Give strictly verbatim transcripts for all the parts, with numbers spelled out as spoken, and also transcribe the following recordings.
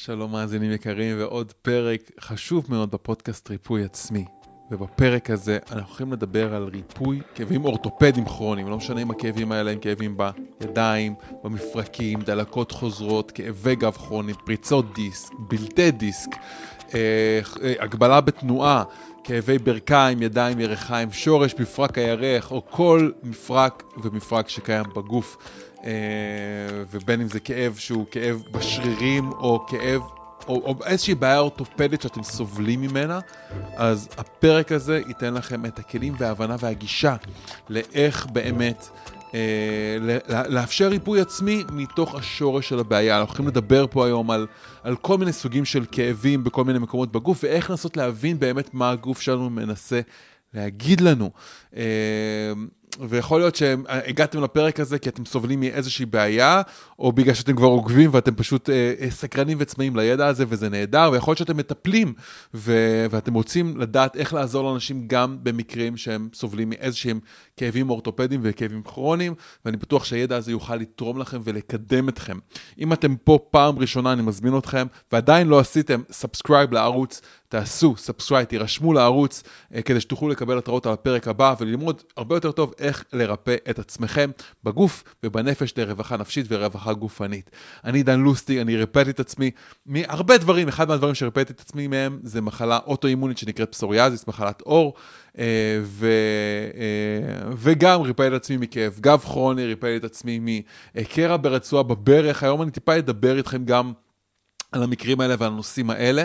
שלום מאזינים יקרים, ועוד פרק חשוב מאוד בפודקאסט ריפוי עצמי. ובפרק הזה אנחנו הולכים לדבר על ריפוי כאבים אורתופדיים כרוניים. לא משנה אם הכאבים האלה הם כאבים בידיים, במפרקים, דלקות חוזרות, כאבי גב כרוניים, פריצות דיסק, בלטי דיסק, אה, הגבלה בתנועה, כאבי ברכיים, ידיים, ירכיים, שורש, מפרק הירך, או כל מפרק ומפרק שקיים בגוף. ובין אם זה כאב שהוא כאב בשרירים או כאב או, או איזושהי בעיה אורתופדית שאתם סובלים ממנה, אז הפרק הזה ייתן לכם את הכלים וההבנה והגישה לאיך באמת אה, לאפשר ריפוי עצמי מתוך השורש של הבעיה. אנחנו הולכים לדבר פה היום על, על כל מיני סוגים של כאבים בכל מיני מקומות בגוף, ואיך לנסות להבין באמת מה הגוף שלנו מנסה להגיד לנו. אה, ויכול להיות שהגעתם לפרק הזה כי אתם סובלים מאיזושהי בעיה, או בגלל שאתם כבר עוקבים ואתם פשוט אה, סקרנים וצמאים לידע הזה, וזה נהדר, ויכול להיות שאתם מטפלים, ו- ואתם רוצים לדעת איך לעזור לאנשים גם במקרים שהם סובלים מאיזשהם כאבים אורתופדיים וכאבים כרוניים, ואני בטוח שהידע הזה יוכל לתרום לכם ולקדם אתכם. אם אתם פה פעם ראשונה, אני מזמין אתכם, ועדיין לא עשיתם סאבסקרייב לערוץ, תעשו סאבסקרייב, תירשמו לערוץ, אה, כדי שתוכלו לקבל התראות על הפרק הבא, וללמוד הרבה יותר טוב איך לרפא את עצמכם בגוף ובנפש לרווחה נפשית ורווחה גופנית. אני דן לוסטי, אני ריפאתי את עצמי מהרבה דברים. אחד מהדברים שריפאתי את עצמי מהם זה מחלה אוטואימונית שנקראת פסוריאזיס, מחלת עור, ו... וגם ריפאתי את עצמי מכאב גב כרוני, ריפאתי את עצמי מקרע ברצועה בברך. היום אני טיפה אדבר איתכם גם על המקרים האלה ועל הנושאים האלה,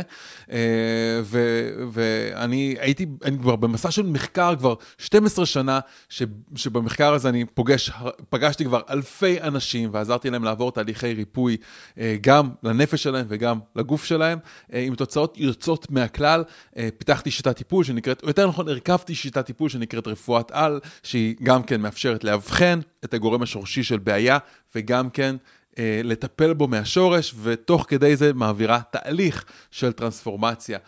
ואני הייתי, אני כבר במסע של מחקר כבר שתים עשרה שנה, שבמחקר הזה אני פוגש, פגשתי כבר אלפי אנשים, ועזרתי להם לעבור תהליכי ריפוי, גם לנפש שלהם וגם לגוף שלהם, עם תוצאות יוצאות מהכלל. פיתחתי שיטת טיפול שנקראת, או יותר נכון, הרכבתי שיטת טיפול שנקראת רפואת על, שהיא גם כן מאפשרת להבחן את הגורם השורשי של בעיה, וגם כן לטפל בו מהשורש, ותוך כדי זה מעבירה תהליך של טרנספורמציה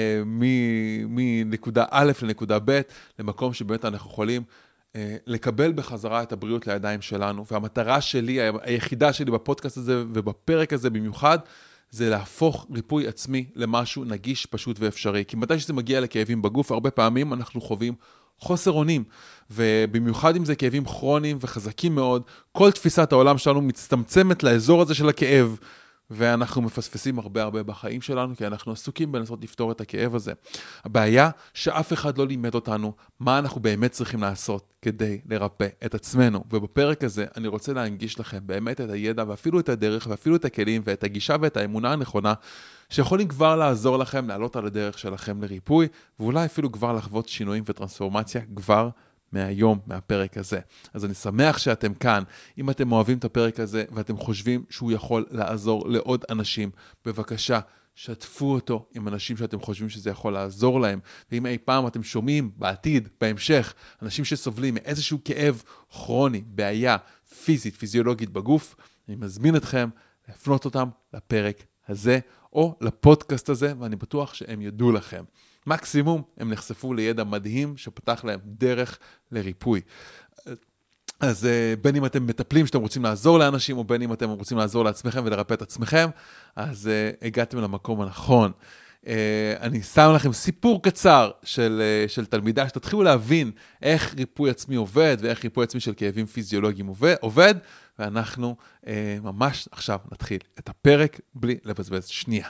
מנקודה א' לנקודה ב', למקום שבאמת אנחנו יכולים לקבל בחזרה את הבריאות לידיים שלנו. והמטרה שלי, היחידה שלי בפודקאסט הזה ובפרק הזה במיוחד, זה להפוך ריפוי עצמי למשהו נגיש, פשוט ואפשרי. כי מתי שזה מגיע לכאבים בגוף, הרבה פעמים אנחנו חווים חוסר אונים, ובמיוחד אם זה כאבים כרוניים וחזקים מאוד, כל תפיסת העולם שלנו מצטמצמת לאזור הזה של הכאב, ואנחנו מפספסים הרבה הרבה בחיים שלנו, כי אנחנו עסוקים בלנסות לפתור את הכאב הזה. הבעיה שאף אחד לא לימד אותנו מה אנחנו באמת צריכים לעשות כדי לרפא את עצמנו. ובפרק הזה אני רוצה להנגיש לכם באמת את הידע, ואפילו את הדרך, ואפילו את הכלים, ואת הגישה ואת האמונה הנכונה, שיכולים כבר לעזור לכם לעלות על הדרך שלכם לריפוי, ואולי אפילו כבר לחוות שינויים וטרנספורמציה כבר מהיום, מהפרק הזה. אז אני שמח שאתם כאן. אם אתם אוהבים את הפרק הזה ואתם חושבים שהוא יכול לעזור לעוד אנשים, בבקשה, שתפו אותו עם אנשים שאתם חושבים שזה יכול לעזור להם. ואם אי פעם אתם שומעים בעתיד, בהמשך, אנשים שסובלים מאיזשהו כאב כרוני, בעיה פיזית, פיזיולוגית בגוף, אני מזמין אתכם להפנות אותם לפרק הזה, או לפודקאסט הזה, ואני בטוח שהם ידעו לכם. מקסימום הם נחשפו לידע מדהים שפתח להם דרך לריפוי. אז בין אם אתם מטפלים שאתם רוצים לעזור לאנשים, או בין אם אתם רוצים לעזור לעצמכם ולרפא את עצמכם, אז הגעתם למקום הנכון. אני שם לכם סיפור קצר של, של תלמידה, שתתחילו להבין איך ריפוי עצמי עובד, ואיך ריפוי עצמי של כאבים פיזיולוגיים עובד, ואנחנו ממש עכשיו נתחיל את הפרק בלי לבזבז שנייה.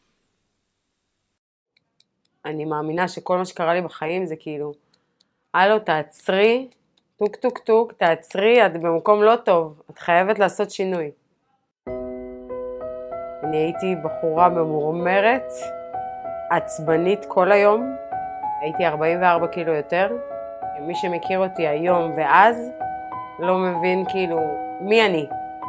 אני מאמינה שכל מה שקרה לי בחיים זה כאילו, הלו, תעצרי, טוק טוק טוק, תעצרי, את במקום לא טוב, את חייבת לעשות שינוי. אני הייתי בחורה ממורמרת, עצבנית כל היום, הייתי ארבעים וארבע קילו יותר, מי שמכיר אותי היום ואז, לא מבין כאילו מי אני.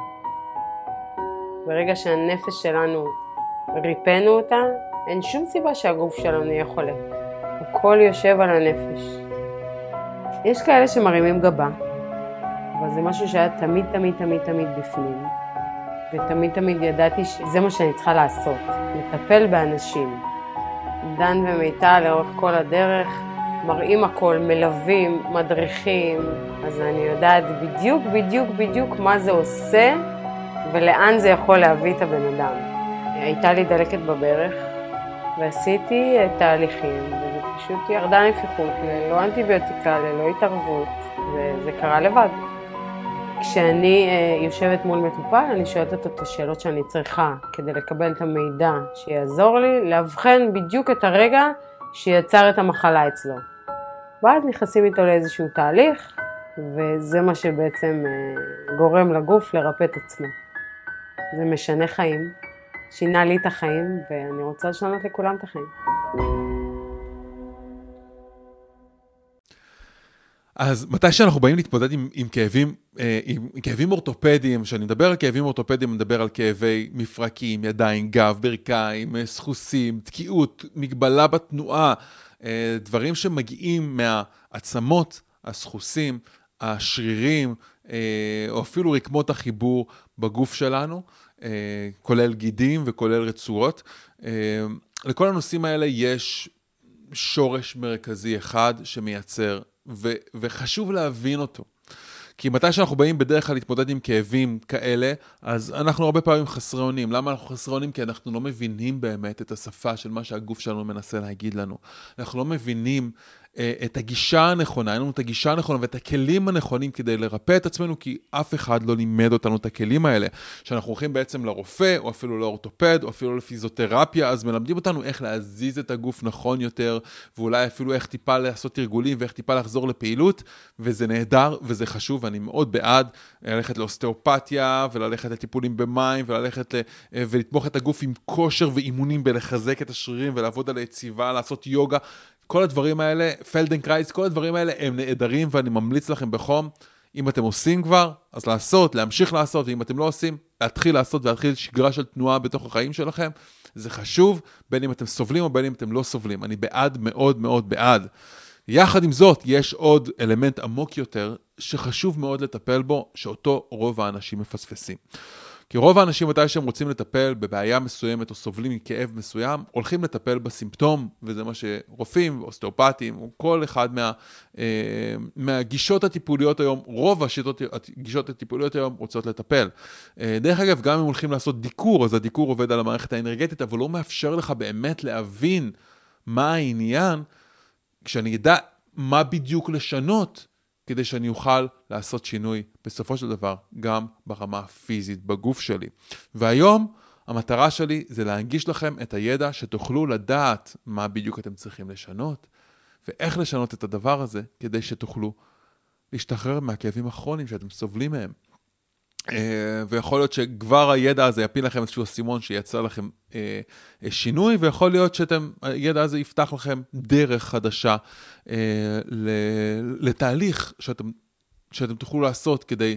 ברגע שהנפש שלנו ריפאנו אותה, אין שום סיבה שהגוף שלנו יהיה חולה. הכל יושב על הנפש. יש כאלה שמרימים גבה, אבל זה משהו שהיה תמיד תמיד תמיד תמיד בפנים. ותמיד תמיד ידעתי שזה מה שאני צריכה לעשות. לטפל באנשים. דן ומיטל לאורך כל הדרך, מראים הכל, מלווים, מדריכים. אז אני יודעת בדיוק בדיוק בדיוק מה זה עושה, ולאן זה יכול להביא את הבן אדם. הייתה לי דלקת בברך, ועשיתי תהליכים, וזה פשוט ירדה נפיחות, ללא אנטיביוטיקה, ללא התערבות, וזה קרה לבד. כשאני אה, יושבת מול מטופל, אני שואלת אותו את השאלות שאני צריכה, כדי לקבל את המידע שיעזור לי, להבחן בדיוק את הרגע שיצר את המחלה אצלו. ואז נכנסים איתו לאיזשהו תהליך, וזה מה שבעצם אה, גורם לגוף לרפא את עצמו. זה משנה חיים, שינה לי את החיים, ואני רוצה לשנות לכולם את החיים. אז מתי שאנחנו באים להתמודד עם, עם כאבים, עם כאבים אורתופדיים, כשאני מדבר על כאבים אורתופדיים, אני מדבר על כאבי מפרקים, ידיים, גב, ברכיים, סחוסים, תקיעות, מגבלה בתנועה, דברים שמגיעים מהעצמות, הסחוסים, השרירים, או אפילו רקמות החיבור בגוף שלנו, כולל גידים וכולל רצועות. לכל הנושאים האלה יש שורש מרכזי אחד שמייצר, ו- וחשוב להבין אותו. כי מתי שאנחנו באים בדרך כלל להתמודד עם כאבים כאלה, אז אנחנו הרבה פעמים חסרי אונים. למה אנחנו חסרי אונים? כי אנחנו לא מבינים באמת את השפה של מה שהגוף שלנו מנסה להגיד לנו. אנחנו לא מבינים את הגישה הנכונה, אין לנו את הגישה הנכונה ואת הכלים הנכונים כדי לרפא את עצמנו, כי אף אחד לא לימד אותנו את הכלים האלה. שאנחנו הולכים בעצם לרופא, או אפילו לאורתופד, או אפילו לפיזיותרפיה, אז מלמדים אותנו איך להזיז את הגוף נכון יותר, ואולי אפילו איך טיפה לעשות תרגולים, ואיך טיפה לחזור לפעילות, וזה נהדר, וזה חשוב, ואני מאוד בעד ללכת לאוסטאופתיה, וללכת לטיפולים במים, וללכת ל... ולתמוך את הגוף עם כושר ואימונים בלחזק את השרירים, ולעבוד על היציבה, לעשות יוגה. כל הדברים האלה, פלדנקרייס, כל הדברים האלה הם נהדרים, ואני ממליץ לכם בחום, אם אתם עושים כבר, אז לעשות, להמשיך לעשות, ואם אתם לא עושים, להתחיל לעשות ולהתחיל שגרה של תנועה בתוך החיים שלכם, זה חשוב, בין אם אתם סובלים או בין אם אתם לא סובלים. אני בעד, מאוד מאוד בעד. יחד עם זאת, יש עוד אלמנט עמוק יותר, שחשוב מאוד לטפל בו, שאותו רוב האנשים מפספסים. כי רוב האנשים מתי שהם רוצים לטפל בבעיה מסוימת או סובלים מכאב מסוים, הולכים לטפל בסימפטום, וזה מה שרופאים, אוסטאופטים, או כל אחד מה, אה, מהגישות הטיפוליות היום, רוב השיטות, הגישות הטיפוליות היום רוצות לטפל. אה, דרך אגב, גם אם הולכים לעשות דיקור, אז הדיקור עובד על המערכת האנרגטית, אבל לא מאפשר לך באמת להבין מה העניין, כשאני אדע מה בדיוק לשנות, כדי שאני אוכל לעשות שינוי בסופו של דבר, גם ברמה הפיזית בגוף שלי. והיום המטרה שלי זה להנגיש לכם את הידע שתוכלו לדעת מה בדיוק אתם צריכים לשנות, ואיך לשנות את הדבר הזה, כדי שתוכלו להשתחרר מהכאבים הכרוניים שאתם סובלים מהם. ויכול להיות שכבר הידע הזה יפיל לכם איזשהו סימון שייצר לכם שינוי, ויכול להיות שהידע הזה יפתח לכם דרך חדשה לתהליך שאתם, שאתם תוכלו לעשות כדי,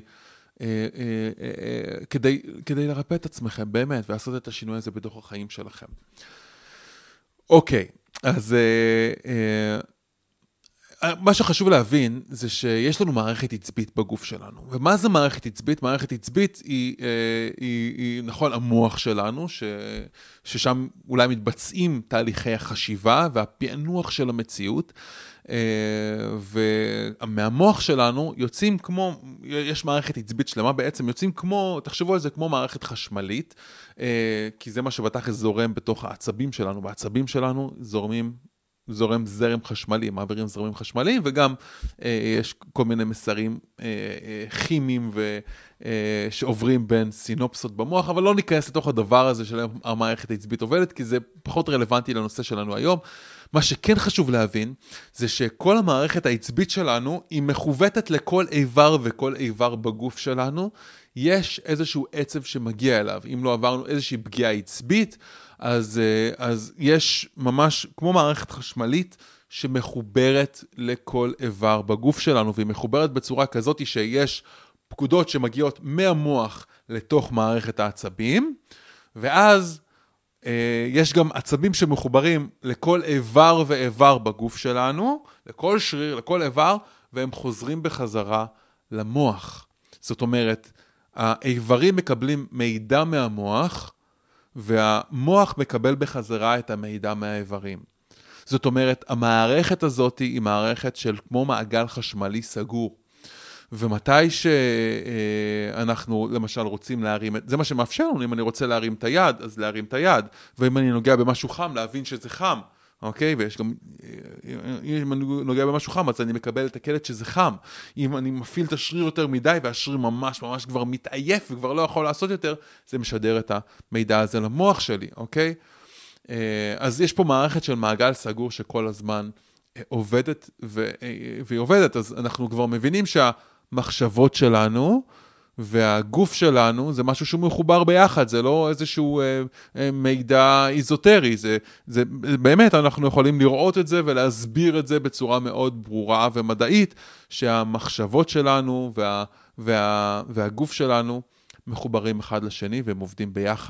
כדי, כדי לרפא את עצמכם באמת, ולעשות את השינוי הזה בתוך החיים שלכם. אוקיי, אז מה שחשוב להבין זה שיש לנו מערכת עצבית בגוף שלנו. ומה זה מערכת עצבית? מערכת עצבית היא, היא, היא נכון, המוח שלנו, ש, ששם אולי מתבצעים תהליכי החשיבה והפענוח של המציאות. ומהמוח שלנו יוצאים כמו, יש מערכת עצבית שלמה, בעצם יוצאים כמו, תחשבו על זה כמו מערכת חשמלית, כי זה מה שבטח זורם בתוך העצבים שלנו, והעצבים שלנו זורמים, זורם זרם חשמלי, מעבירים זרמים חשמליים, וגם אה, יש כל מיני מסרים אה, אה, כימיים ו, אה, שעוברים בין סינופסות במוח, אבל לא ניכנס לתוך הדבר הזה של המערכת העצבית עובדת, כי זה פחות רלוונטי לנושא שלנו היום. מה שכן חשוב להבין, זה שכל המערכת העצבית שלנו, היא מכוותת לכל איבר וכל איבר בגוף שלנו, יש איזשהו עצב שמגיע אליו. אם לא עברנו איזושהי פגיעה עצבית, אז, אז יש ממש כמו מערכת חשמלית שמחוברת לכל איבר בגוף שלנו, והיא מחוברת בצורה כזאת שיש פקודות שמגיעות מהמוח לתוך מערכת העצבים, ואז אה, יש גם עצבים שמחוברים לכל איבר ואיבר בגוף שלנו, לכל שריר, לכל איבר, והם חוזרים בחזרה למוח. זאת אומרת, האיברים מקבלים מידע מהמוח, והמוח מקבל בחזרה את המידע מהאיברים. זאת אומרת, המערכת הזאת היא מערכת של כמו מעגל חשמלי סגור. ומתי שאנחנו למשל רוצים להרים, זה מה שמאפשר לנו, אם אני רוצה להרים את היד, אז להרים את היד, ואם אני נוגע במשהו חם, להבין שזה חם, אוקיי? ויש גם, אם אני נוגע במשהו חם, אז אני מקבל את הקלט שזה חם. אם אני מפעיל את השריר יותר מדי, והשריר ממש ממש כבר מתעייף, וכבר לא יכול לעשות יותר, זה משדר את המידע הזה למוח שלי, אוקיי? אז יש פה מערכת של מעגל סגור שכל הזמן עובדת, והיא עובדת, אז אנחנו כבר מבינים שהמחשבות שלנו, והגוף שלנו זה משהו שהוא מחובר ביחד, זה לא איזשהו אה, אה, מידע איזוטרי, זה, זה באמת אנחנו יכולים לראות את זה ולהסביר את זה בצורה מאוד ברורה ומדעית, שהמחשבות שלנו וה, וה, והגוף שלנו מחוברים אחד לשני והם עובדים ביחד.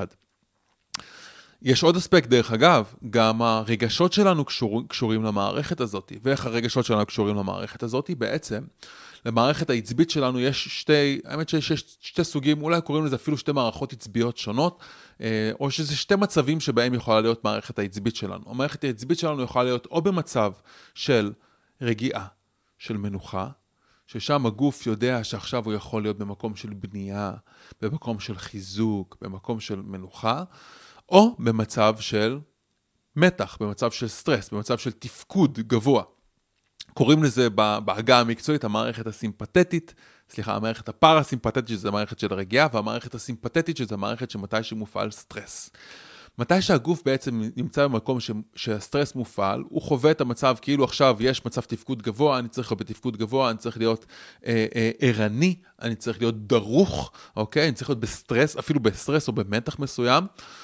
יש עוד אספקט דרך אגב, גם הרגשות שלנו קשור, קשורים למערכת הזאת, ואיך הרגשות שלנו קשורים למערכת הזאת, בעצם למערכת העצבית שלנו יש שתי, האמת שיש שתי סוגים, אולי קוראים לזה אפילו שתי מערכות עצביות שונות, או שזה שתי מצבים שבהם יכולה להיות מערכת העצבית שלנו. המערכת העצבית שלנו יכולה להיות או במצב של רגיעה, של מנוחה, ששם הגוף יודע שעכשיו הוא יכול להיות במקום של בנייה, במקום של חיזוק, במקום של מנוחה, או במצב של מתח, במצב של סטרס, במצב של תפקוד גבוה. קוראים לזה בהגה המקצועית המערכת הסימפתטית, סליחה, המערכת הפרסימפתטית שזה המערכת של הרגיעה, והמערכת הסימפתטית שזה המערכת שמתי שמופעל סטרס. מתי שהגוף בעצם נמצא במקום ש... שהסטרס מופעל, הוא חווה את המצב כאילו עכשיו יש מצב תפקוד גבוה, אני צריך להיות בתפקוד גבוה, אני צריך להיות אה, אה, ערני, אני צריך להיות דרוך, אוקיי? אני צריך להיות בסטרס, אפילו בסטרס או במתח מסוים.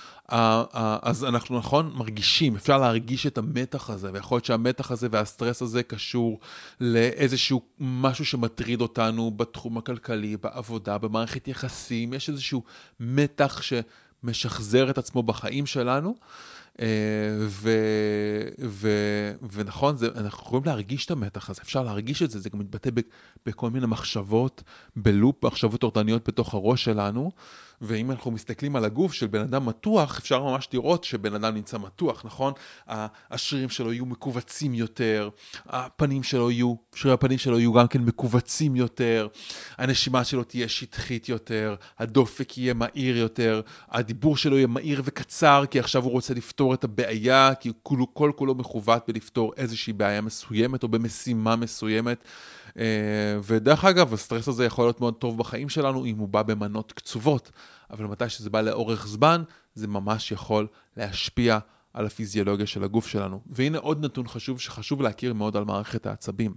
אז אנחנו נכון מרגישים, אפשר להרגיש את המתח הזה, ויכול להיות שהמתח הזה והסטרס הזה קשור לאיזשהו משהו שמטריד אותנו בתחום הכלכלי, בעבודה, במערכת יחסים, יש איזשהו מתח שמשחזר את עצמו בחיים שלנו, ו, ו, ונכון, זה, אנחנו יכולים להרגיש את המתח הזה, אפשר להרגיש את זה, זה גם מתבטא בכל מיני מחשבות, בלופ, מחשבות אורדניות בתוך הראש שלנו, ואם אנחנו מסתכלים על הגוף של בן אדם מתוח, אפשר ממש לראות שבן אדם נמצא מתוח, נכון? השרירים שלו יהיו מקובצים יותר, הפנים שלו יהיו, שרירי הפנים שלו יהיו גם כן מקובצים יותר, הנשימה שלו תהיה שטחית יותר, הדופק יהיה מהיר יותר, הדיבור שלו יהיה מהיר וקצר, כי עכשיו הוא רוצה לפתור את הבעיה, כי כולו, כל כולו מכוות בלפתור איזושהי בעיה מסוימת או במשימה מסוימת, ודרך אגב, הסטרס הזה יכול להיות מאוד טוב בחיים שלנו אם הוא בא במנות קצובות, אבל מתי שזה בא לאורך זמן, זה ממש יכול להשפיע על הפיזיולוגיה של הגוף שלנו. והנה עוד נתון חשוב שחשוב להכיר מאוד על מערכת העצבים.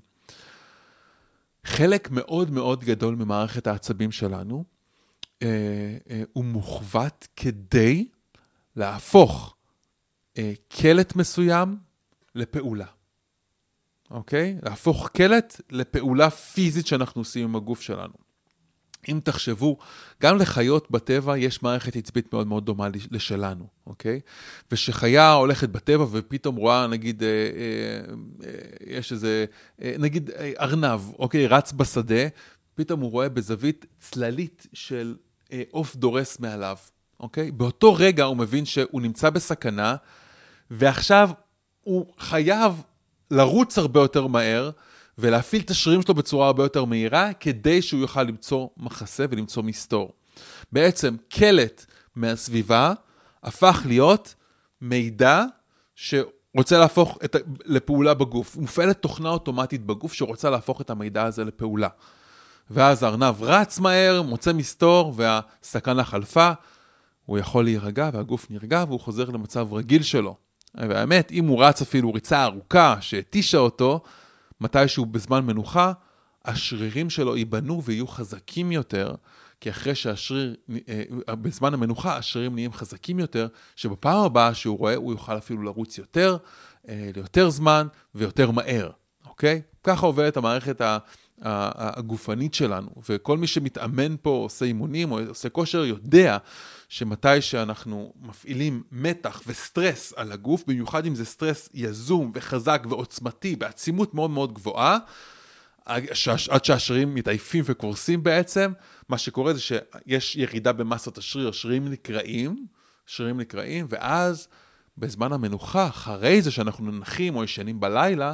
חלק מאוד מאוד גדול ממערכת העצבים שלנו אה, אה, הוא מוכוות כדי להפוך אה, קלט מסוים לפעולה. אוקיי? להפוך קלט לפעולה פיזית שאנחנו עושים עם הגוף שלנו. אם תחשבו, גם לחיות בטבע יש מערכת עצבית מאוד מאוד דומה לשלנו, אוקיי? ושחיה הולכת בטבע ופתאום רואה, נגיד, אה, אה, אה, יש איזה, אה, נגיד, אה, ארנב, אוקיי? רץ בשדה, פתאום הוא רואה בזווית צללית של אה, אוף דורס מעליו, אוקיי? באותו רגע הוא מבין שהוא נמצא בסכנה, ועכשיו הוא חייב לרוץ הרבה יותר מהר, ולהפעיל את השרירים שלו בצורה הרבה יותר מהירה, כדי שהוא יוכל למצוא מחסה ולמצוא מסתור. בעצם קלט מהסביבה הפך להיות מידע שרוצה להפוך את, לפעולה בגוף. מופעלת תוכנה אוטומטית בגוף שרוצה להפוך את המידע הזה לפעולה. ואז הארנב רץ מהר, מוצא מסתור, והסכנה חלפה, הוא יכול להירגע והגוף נרגע, והוא חוזר למצב רגיל שלו. והאמת, אם הוא רץ אפילו ריצה ארוכה שהתישה אותו, מתישהו בזמן מנוחה, השרירים שלו ייבנו ויהיו חזקים יותר, כי אחרי שהשריר, בזמן המנוחה, השרירים נהיים חזקים יותר, שבפעם הבאה שהוא רואה, הוא יוכל אפילו לרוץ יותר, ליותר זמן ויותר מהר, אוקיי? ככה עובדת המערכת הגופנית שלנו, וכל מי שמתאמן פה, עושה אימונים או עושה כושר, יודע שמתי שאנחנו מפעילים מתח וסטרס על הגוף, במיוחד אם זה סטרס יזום וחזק ועוצמתי, בעצימות מאוד מאוד גבוהה, עד שהשרירים מתעייפים וקורסים בעצם, מה שקורה זה שיש ירידה במסת השריר, השרירים נקרעים, שרירים נקרעים, ואז בזמן המנוחה, אחרי זה שאנחנו ננחים או ישנים בלילה,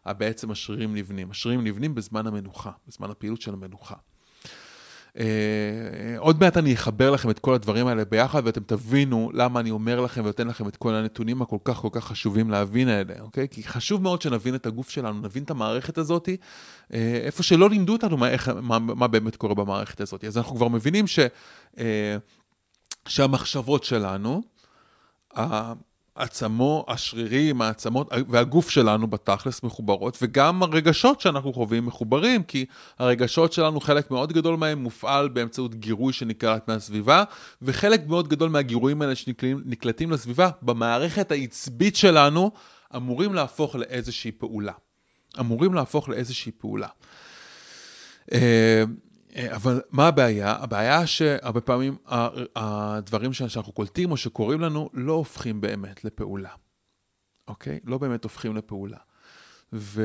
בעצם השרירים נבנים. השרירים נבנים בזמן המנוחה, בזמן הפעילות של המנוחה. עוד מעט אני אחבר לכם את כל הדברים האלה ביחד, ואתם תבינו למה אני אומר לכם ונותן לכם את כל הנתונים הכל כך כל כך חשובים להבין האלה, אוקיי? כי חשוב מאוד שנבין את הגוף שלנו, נבין את המערכת הזאת, איפה שלא לימדו אותנו מה, איך, מה, מה באמת קורה במערכת הזאת. אז אנחנו כבר מבינים ש, שהמחשבות שלנו, העצמו, השרירים, העצמות, והגוף שלנו בתכלס מחוברות, וגם הרגשות שאנחנו חווים מחוברים, כי הרגשות שלנו, חלק מאוד גדול מהם מופעל באמצעות גירוי שנקלט מהסביבה, וחלק מאוד גדול מהגירויים האלה שנקלטים לסביבה, במערכת העצבית שלנו, אמורים להפוך לאיזושהי פעולה. אמורים להפוך לאיזושהי פעולה. אבל מה הבעיה? הבעיה שהרבה פעמים הדברים שאנחנו קולטים או שקוראים לנו לא הופכים באמת לפעולה. אוקיי? לא באמת הופכים לפעולה. ו...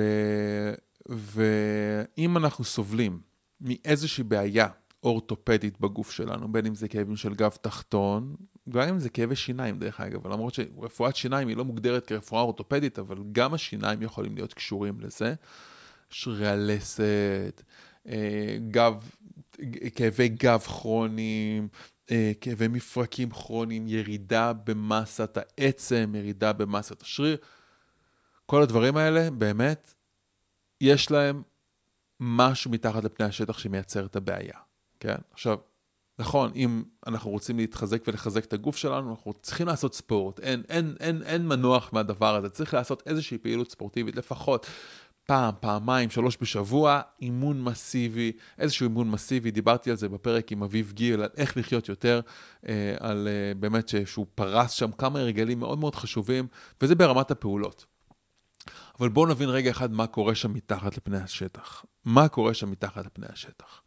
ואם אנחנו סובלים מאיזושהי בעיה אורתופדית בגוף שלנו, בין אם זה כאבים של גב תחתון, גם אם זה כאבי שיניים דרך אגב, למרות שרפואת שיניים היא לא מוגדרת כרפואה אורתופדית, אבל גם השיניים יכולים להיות קשורים לזה. שרירי הלסת, גב, כאבי גב כרוניים, כאבי מפרקים כרוניים, ירידה במסת העצם, ירידה במסת השריר. כל הדברים האלה באמת יש להם משהו מתחת לפני השטח שמייצר את הבעיה. כן? עכשיו, נכון, אם אנחנו רוצים להתחזק ולחזק את הגוף שלנו, אנחנו צריכים לעשות ספורט. אין, אין, אין, אין מנוח מהדבר הזה. צריך לעשות איזושהי פעילות ספורטיבית, לפחות פעם, פעמיים, שלוש בשבוע, אימון מסיבי, איזשהו אימון מסיבי, דיברתי על זה בפרק עם אביב גיל, על איך לחיות יותר, אה, על אה, באמת שהוא פרס שם כמה הרגלים מאוד מאוד חשובים, וזה ברמת הפעולות. אבל בואו נבין רגע אחד מה קורה שם מתחת לפני השטח. מה קורה שם מתחת לפני השטח.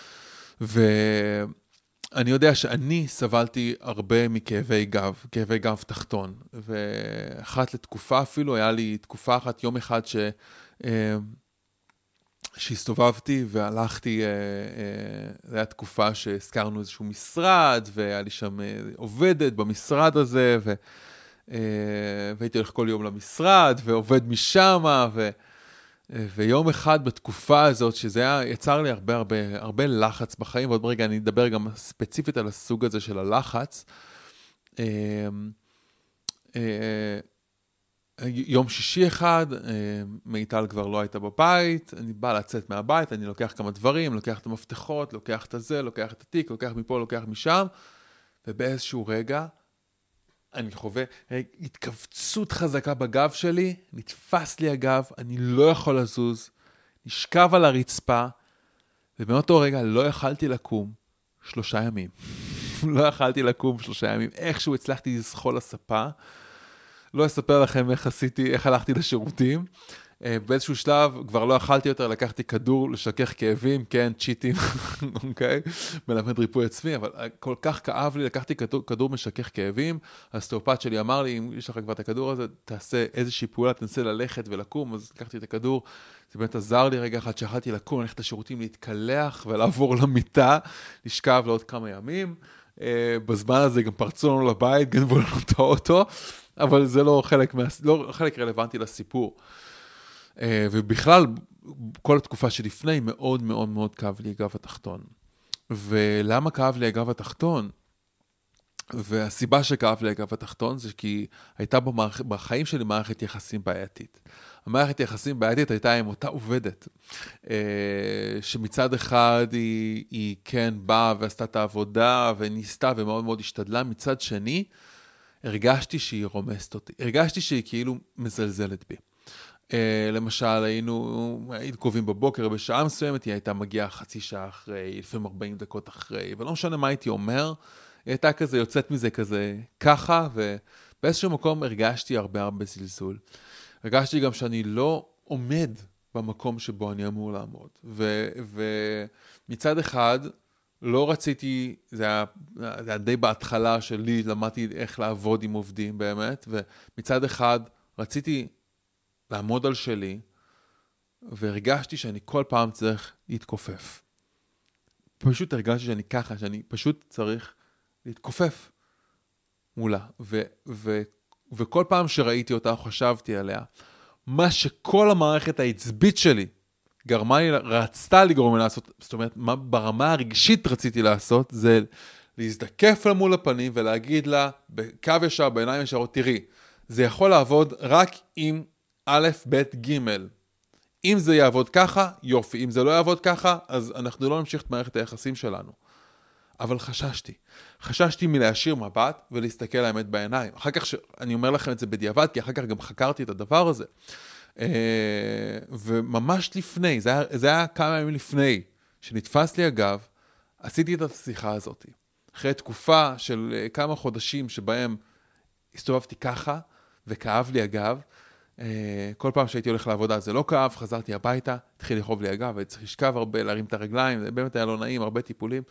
ואני יודע שאני סבלתי הרבה מכאבי גב, כאבי גב תחתון, ואחת לתקופה אפילו, היה לי תקופה אחת, יום אחד ש... שהסתובבתי והלכתי, זו הייתה תקופה שהזכרנו איזשהו משרד, והיה לי שם עובדת במשרד הזה, ו... והייתי הולך כל יום למשרד, ועובד משם, ו... ויום אחד בתקופה הזאת, שזה היה, יצר לי הרבה, הרבה, הרבה לחץ בחיים, ועוד ברגע אני אדבר גם ספציפית על הסוג הזה של הלחץ. יום שישי אחד, מיטל כבר לא הייתה בבית, אני בא לצאת מהבית, אני לוקח כמה דברים, לוקח את המפתחות, לוקח את הזה, לוקח את התיק, לוקח מפה, לוקח משם, ובאיזשהו רגע, אני חווה התכווצות חזקה בגב שלי, נתפס לי הגב, אני לא יכול לזוז, נשכב על הרצפה, ובאותו רגע לא יכלתי לקום שלושה ימים. לא יכלתי לקום שלושה ימים. איכשהו הצלחתי לזחול לספה, לא אספר לכם איך עשיתי, איך הלכתי לשירותים. באיזשהו שלב כבר לא אכלתי יותר, לקחתי כדור לשכך כאבים, כן, צ'יטים, אוקיי? מלמד ריפוי עצמי, אבל כל כך כאב לי, לקחתי כדור, כדור משכך כאבים, הסטאופט שלי אמר לי, אם יש לך כבר את הכדור הזה, תעשה איזושהי פעולה, תנסה ללכת ולקום, אז לקחתי את הכדור, זה באמת עזר לי רגע אחד שיכלתי לקום, ללכת לשירותים, להתקלח ולעבור למיטה, לשכב לעוד כמה ימים, בזמן הזה גם פרצו לנו לבית, גנבו לנו את האוטו, אבל זה לא חלק, מה, לא חלק רלוונטי לסיפור. ובכלל, כל התקופה שלפני מאוד מאוד מאוד כאב לי הגב התחתון. ולמה כאב לי הגב התחתון? והסיבה שכאב לי הגב התחתון זה כי הייתה במערכ... בחיים שלי מערכת יחסים בעייתית. המערכת יחסים בעייתית הייתה עם אותה עובדת, שמצד אחד היא, היא כן באה ועשתה את העבודה וניסתה ומאוד מאוד השתדלה, מצד שני הרגשתי שהיא רומסת אותי, הרגשתי שהיא כאילו מזלזלת בי. Uh, למשל, היינו, היינו קובעים בבוקר בשעה מסוימת, היא הייתה מגיעה חצי שעה אחרי, לפעמים ארבעים דקות אחרי, ולא משנה מה הייתי אומר, היא הייתה כזה, יוצאת מזה כזה ככה, ובאיזשהו מקום הרגשתי הרבה הרבה זלזול. הרגשתי גם שאני לא עומד במקום שבו אני אמור לעמוד. ו, ומצד אחד, לא רציתי, זה היה, זה היה די בהתחלה שלי, למדתי איך לעבוד עם עובדים באמת, ומצד אחד רציתי לעמוד על שלי, והרגשתי שאני כל פעם צריך להתכופף. פשוט הרגשתי שאני ככה, שאני פשוט צריך להתכופף מולה. ו- ו- וכל פעם שראיתי אותה, חשבתי עליה, מה שכל המערכת העצבית שלי גרמה לי, רצתה לגרום לי לעשות, זאת אומרת, מה ברמה הרגשית רציתי לעשות, זה להזדקף לה מול הפנים ולהגיד לה, בקו ישר, בעיניים ישרות, תראי, זה יכול לעבוד רק עם א', ב', ג'. אם זה יעבוד ככה, יופי. אם זה לא יעבוד ככה, אז אנחנו לא נמשיך את מערכת היחסים שלנו. אבל חששתי. חששתי מלהשאיר מבט ולהסתכל האמת בעיניים. אחר כך, ש... אני אומר לכם את זה בדיעבד, כי אחר כך גם חקרתי את הדבר הזה. וממש לפני, זה היה, זה היה כמה ימים לפני, שנתפס לי אגב, עשיתי את השיחה הזאת. אחרי תקופה של כמה חודשים שבהם הסתובבתי ככה, וכאב לי אגב, כל פעם שהייתי הולך לעבודה זה לא כאב, חזרתי הביתה, התחיל לכאוב לי אגב, הייתי צריך לשכב הרבה, להרים את הרגליים, זה באמת היה לא נעים, הרבה טיפולים.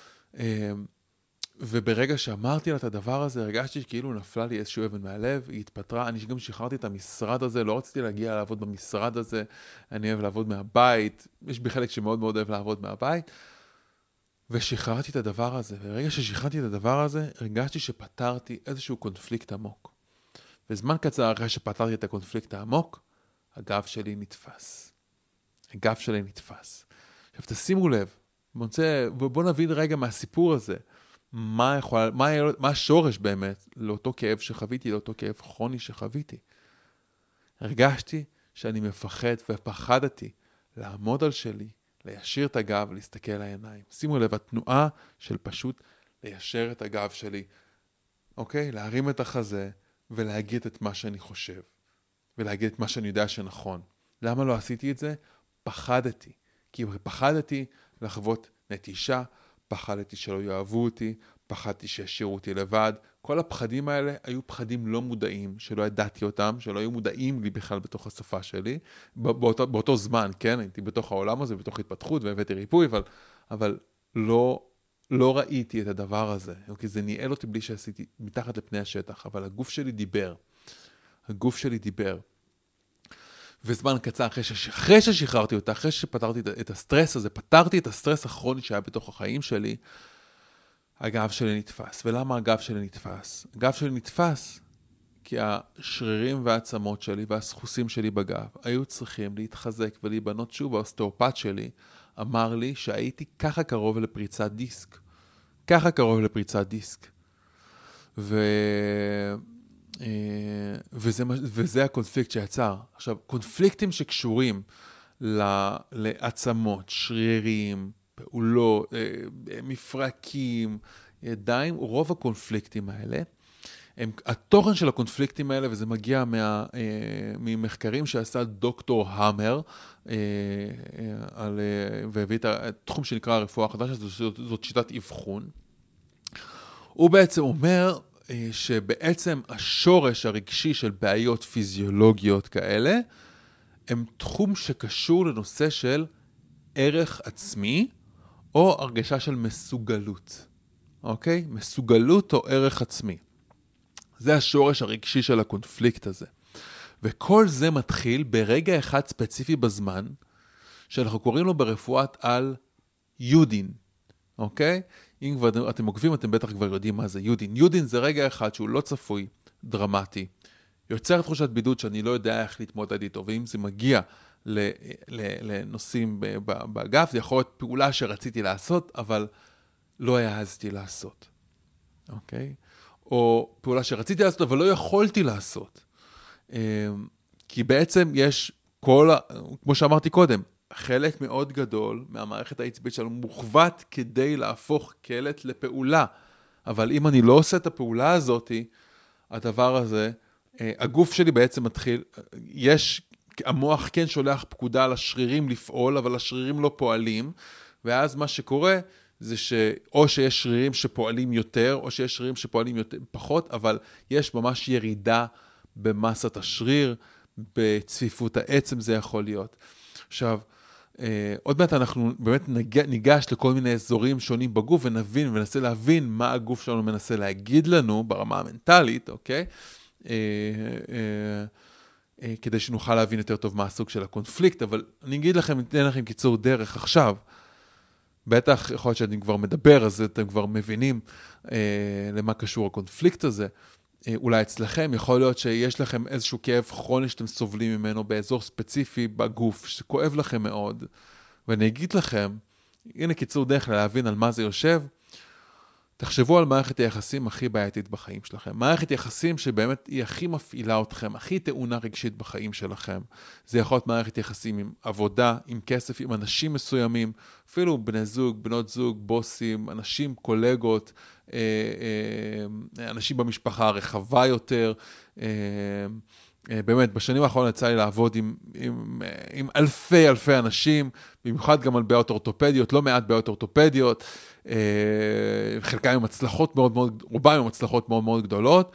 וברגע שאמרתי לה את הדבר הזה, הרגשתי שכאילו נפלה לי איזשהו אבן מהלב, היא התפטרה, אני גם שחררתי את המשרד הזה, לא רציתי להגיע לעבוד במשרד הזה, אני אוהב לעבוד מהבית, יש בי חלק שמאוד מאוד אוהב לעבוד מהבית, ושחררתי את הדבר הזה, וברגע ששחררתי את הדבר הזה, הרגשתי שפתרתי איזשהו קונפליקט עמוק. וזמן קצר אחרי שפתרתי את הקונפליקט העמוק, הגב שלי נתפס. הגב שלי נתפס. עכשיו תשימו לב, בואו נבין רגע מהסיפור הזה, מה, יכול, מה, מה השורש באמת לאותו כאב שחוויתי, לאותו כאב כרוני שחוויתי. הרגשתי שאני מפחד ופחדתי לעמוד על שלי, ליישר את הגב ולהסתכל על העיניים. שימו לב, התנועה של פשוט ליישר את הגב שלי, אוקיי? להרים את החזה ולהגיד את מה שאני חושב, ולהגיד את מה שאני יודע שנכון. למה לא עשיתי את זה? פחדתי. כי פחדתי לחוות נטישה, פחדתי שלא יאהבו אותי, פחדתי שישאירו אותי לבד. כל הפחדים האלה היו פחדים לא מודעים, שלא ידעתי אותם, שלא היו מודעים לי בכלל בתוך השפה שלי. באותו, באותו זמן, כן, הייתי בתוך העולם הזה, בתוך התפתחות והבאתי ריפוי, אבל, אבל לא, לא ראיתי את הדבר הזה. כי זה ניהל אותי בלי שעשיתי מתחת לפני השטח, אבל הגוף שלי דיבר. הגוף שלי דיבר. וזמן קצר אחרי, שש... אחרי ששחררתי אותה, אחרי שפתרתי את הסטרס הזה, פתרתי את הסטרס הכרוני שהיה בתוך החיים שלי, הגב שלי נתפס. ולמה הגב שלי נתפס? הגב שלי נתפס כי השרירים והעצמות שלי והסחוסים שלי בגב היו צריכים להתחזק ולהיבנות שוב. האוסטאופט שלי אמר לי שהייתי ככה קרוב לפריצת דיסק. ככה קרוב לפריצת דיסק. ו... וזה, וזה הקונפליקט שיצר. עכשיו, קונפליקטים שקשורים לעצמות, שרירים, פעולות, מפרקים, ידיים, רוב הקונפליקטים האלה, הם, התוכן של הקונפליקטים האלה, וזה מגיע מה, ממחקרים שעשה דוקטור המר, על, והביא את התחום שנקרא הרפואה החדשה, זאת, זאת שיטת אבחון. הוא בעצם אומר, שבעצם השורש הרגשי של בעיות פיזיולוגיות כאלה, הם תחום שקשור לנושא של ערך עצמי, או הרגשה של מסוגלות. אוקיי? מסוגלות או ערך עצמי. זה השורש הרגשי של הקונפליקט הזה. וכל זה מתחיל ברגע אחד ספציפי בזמן, שאנחנו קוראים לו ברפואת על יודין. אוקיי? אם כבר אתם עוקבים, אתם בטח כבר יודעים מה זה יודין. יודין זה רגע אחד שהוא לא צפוי, דרמטי. יוצר תחושת בידוד שאני לא יודע איך להתמודד איתו, ואם זה מגיע לנושאים בגב, זה יכול להיות פעולה שרציתי לעשות, אבל לא העזתי לעשות. אוקיי? או פעולה שרציתי לעשות, אבל לא יכולתי לעשות. כי בעצם יש כל, כמו שאמרתי קודם, חלק מאוד גדול מהמערכת העצבית שלנו מוכוות כדי להפוך קלט לפעולה. אבל אם אני לא עושה את הפעולה הזאת, הדבר הזה, הגוף שלי בעצם מתחיל, יש, המוח כן שולח פקודה לשרירים לפעול, אבל השרירים לא פועלים, ואז מה שקורה זה שאו שיש שרירים שפועלים יותר, או שיש שרירים שפועלים יותר, פחות, אבל יש ממש ירידה במסת השריר, בצפיפות העצם זה יכול להיות. עכשיו, עוד מעט אנחנו באמת ניגש לכל מיני אזורים שונים בגוף ונבין וננסה להבין מה הגוף שלנו מנסה להגיד לנו ברמה המנטלית, אוקיי? כדי שנוכל להבין יותר טוב מה הסוג של הקונפליקט, אבל אני אגיד לכם, ניתן לכם קיצור דרך עכשיו. בטח יכול להיות שאני כבר מדבר, אז אתם כבר מבינים למה קשור הקונפליקט הזה. אולי אצלכם, יכול להיות שיש לכם איזשהו כאב כרוני שאתם סובלים ממנו באזור ספציפי בגוף, שכואב לכם מאוד, ואני אגיד לכם, הנה קיצור דרך להבין על מה זה יושב, תחשבו על מערכת היחסים הכי בעייתית בחיים שלכם. מערכת יחסים שבאמת היא הכי מפעילה אתכם, הכי טעונה רגשית בחיים שלכם. זה יכול להיות מערכת יחסים עם עבודה, עם כסף, עם אנשים מסוימים, אפילו בני זוג, בנות זוג, בוסים, אנשים, קולגות, אנשים במשפחה הרחבה יותר. באמת, בשנים האחרונות יצא לי לעבוד עם, עם, עם אלפי אלפי אנשים, במיוחד גם על בעיות אורתופדיות, לא מעט בעיות אורתופדיות, חלקם עם הצלחות מאוד מאוד, רובם עם הצלחות מאוד מאוד גדולות,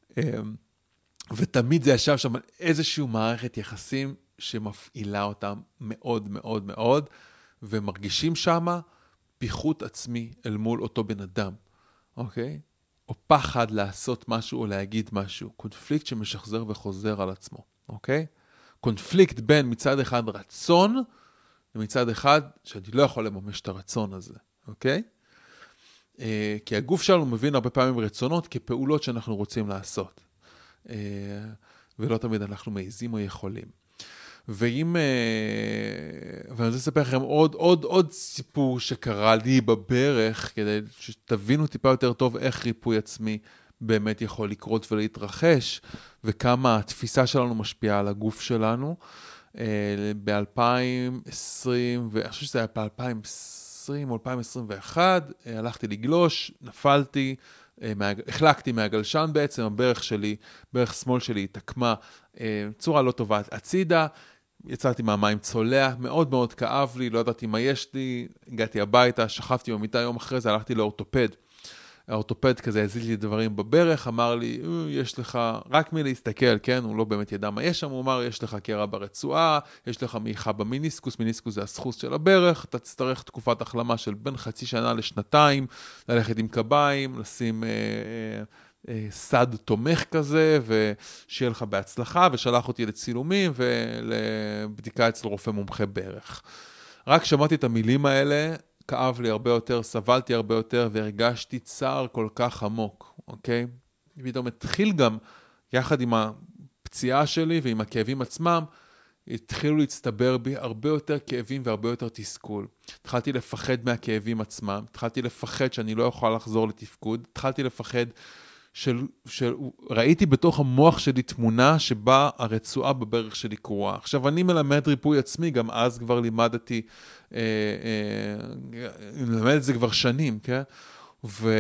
ותמיד זה ישב שם על איזושהי מערכת יחסים שמפעילה אותם מאוד מאוד מאוד, ומרגישים שם פיחות עצמי אל מול אותו בן אדם, אוקיי? או פחד לעשות משהו או להגיד משהו. קונפליקט שמשחזר וחוזר על עצמו, אוקיי? קונפליקט בין מצד אחד רצון, ומצד אחד שאני לא יכול לממש את הרצון הזה, אוקיי? אה, כי הגוף שלנו מבין הרבה פעמים רצונות כפעולות שאנחנו רוצים לעשות. אה, ולא תמיד אנחנו מעיזים או יכולים. ואם, ואני רוצה לספר לכם עוד, עוד, עוד סיפור שקרה לי בברך, כדי שתבינו טיפה יותר טוב איך ריפוי עצמי באמת יכול לקרות ולהתרחש, וכמה התפיסה שלנו משפיעה על הגוף שלנו. ב-אלפיים עשרים, ואני חושב שזה היה ב-אלפיים עשרים או אלפיים עשרים ואחת, הלכתי לגלוש, נפלתי, החלקתי מהגלשן בעצם, הברך שלי, ברך שמאל שלי התעקמה, צורה לא טובה הצידה, יצאתי מהמים צולע, מאוד מאוד כאב לי, לא ידעתי מה יש לי, הגעתי הביתה, שכבתי במיטה יום אחרי זה, הלכתי לאורתופד. האורתופד כזה הזיז לי דברים בברך, אמר לי, יש לך, רק מי להסתכל, כן? הוא לא באמת ידע מה יש שם, הוא אמר, יש לך קרע ברצועה, יש לך מעיכה במיניסקוס, מיניסקוס זה הסחוס של הברך, אתה תצטרך תקופת החלמה של בין חצי שנה לשנתיים, ללכת עם קביים, לשים אה, אה, סד תומך כזה, ושיהיה לך בהצלחה, ושלח אותי לצילומים ולבדיקה אצל רופא מומחה ברך. רק שמעתי את המילים האלה, כאב לי הרבה יותר, סבלתי הרבה יותר, והרגשתי צער כל כך עמוק, אוקיי? פתאום התחיל גם, יחד עם הפציעה שלי ועם הכאבים עצמם, התחילו להצטבר בי הרבה יותר כאבים והרבה יותר תסכול. התחלתי לפחד מהכאבים עצמם, התחלתי לפחד שאני לא יכול לחזור לתפקוד, התחלתי לפחד של, של, ראיתי בתוך המוח שלי תמונה שבה הרצועה בברך שלי קרועה. עכשיו אני מלמד ריפוי עצמי, גם אז כבר לימדתי, אה, אה, למד את זה כבר שנים, כן? ו...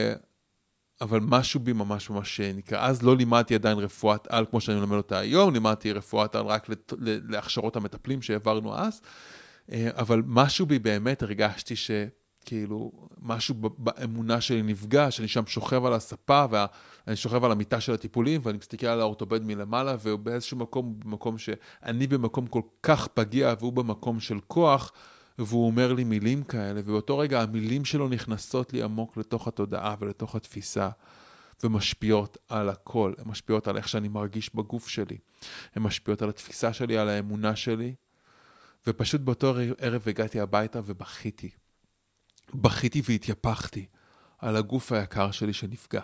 אבל משהו בי ממש ממש נקרא. אז לא לימדתי עדיין רפואת על, כמו שאני מלמד אותה היום, לימדתי רפואת על רק להכשרות המטפלים שהעברנו אז, אבל משהו בי באמת הרגשתי ש... כאילו, משהו באמונה שלי נפגע, שאני שם שוכב על הספה, ואני שוכב על המיטה של הטיפולים, ואני מסתכל על האורתופד מלמעלה, ובאיזשהו מקום, במקום שאני במקום כל כך פגיע, והוא במקום של כוח, והוא אומר לי מילים כאלה, ובאותו רגע המילים שלו נכנסות לי עמוק לתוך התודעה ולתוך התפיסה, ומשפיעות על הכל. הן משפיעות על איך שאני מרגיש בגוף שלי. הן משפיעות על התפיסה שלי, על האמונה שלי, ופשוט באותו ערב הגעתי הביתה ובכיתי. בכיתי והתייפחתי על הגוף היקר שלי שנפגע.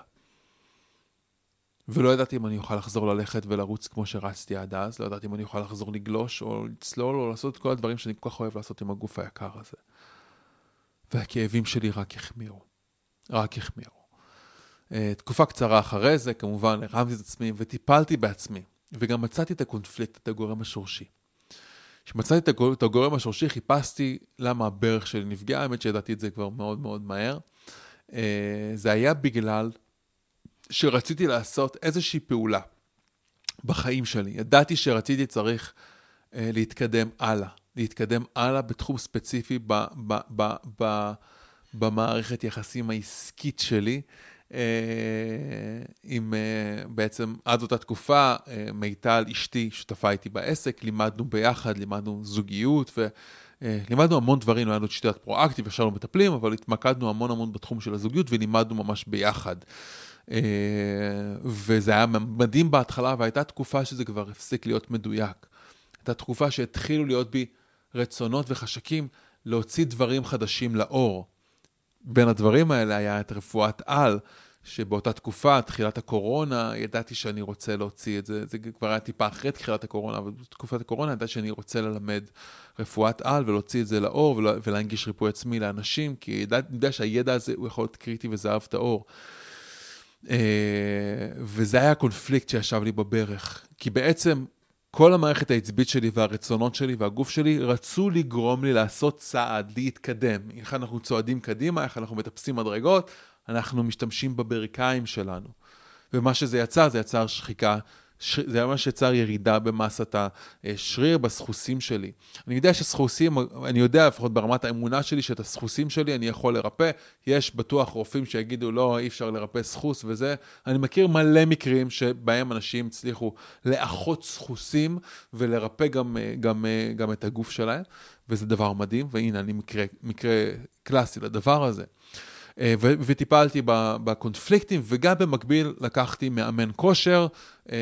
ולא ידעתי אם אני אוכל לחזור ללכת ולרוץ כמו שרצתי עד אז, לא ידעתי אם אני אוכל לחזור לגלוש או לצלול או לעשות את כל הדברים שאני כל כך אוהב לעשות עם הגוף היקר הזה. והכאבים שלי רק החמירו. רק החמירו. תקופה קצרה אחרי זה, כמובן, הרמתי את עצמי וטיפלתי בעצמי. וגם מצאתי את הקונפליקט, את הגורם השורשי. כשמצאתי את הגורם השורשי, חיפשתי למה הברך שלי נפגע, האמת שידעתי את זה כבר מאוד מאוד מהר. זה היה בגלל שרציתי לעשות איזושהי פעולה בחיים שלי. ידעתי שרציתי צריך להתקדם הלאה, להתקדם הלאה בתחום ספציפי ב, ב, ב, ב, במערכת יחסים העסקית שלי, עם בעצם עד אותה תקופה, מיטל אשתי שותפה איתי בעסק, לימדנו ביחד, לימדנו זוגיות ולימדנו המון דברים, לימדנו שיטת פרואקטיב, ישבנו מטפלים, אבל התמקדנו המון המון בתחום של הזוגיות ולימדנו ממש ביחד. וזה היה מדהים בהתחלה, והייתה תקופה שזה כבר הפסיק להיות מדויק. הייתה תקופה שהתחילו להיות בי רצונות וחשקים להוציא דברים חדשים לאור. בין הדברים האלה היה את רפואת על, שבאותה תקופה, תחילת הקורונה, ידעתי שאני רוצה להוציא את זה, זה כבר היה טיפה אחרי תחילת הקורונה, אבל בתקופת הקורונה ידעתי שאני רוצה ללמד רפואת על ולהוציא את זה לאור ולהנגיש ריפוי עצמי לאנשים, כי ידעתי יודע שהידע הזה הוא יכול להיות קריטי וזהב את האור. וזה היה הקונפליקט שישב לי בברך, כי בעצם כל המערכת העצבית שלי והרצונות שלי והגוף שלי רצו לגרום לי לעשות צעד, להתקדם. איך אנחנו צועדים קדימה, איך אנחנו מטפסים מדרגות, אנחנו משתמשים בברכיים שלנו. ומה שזה יצר, זה יצר שחיקה, זה ממש יצר ירידה במסת השריר, בסחוסים שלי. אני יודע שסחוסים, אני יודע לפחות ברמת האמונה שלי, שאת הסחוסים שלי אני יכול לרפא. יש בטוח רופאים שיגידו, לא, אי אפשר לרפא סחוס וזה. אני מכיר מלא מקרים שבהם אנשים הצליחו לאחות סחוסים, ולרפא גם, גם, גם את הגוף שלהם. וזה דבר מדהים, והנה אני מקרה, מקרה קלאסי לדבר הזה. ו- וטיפלתי בקונפליקטים, וגם במקביל לקחתי מאמן כושר, אה,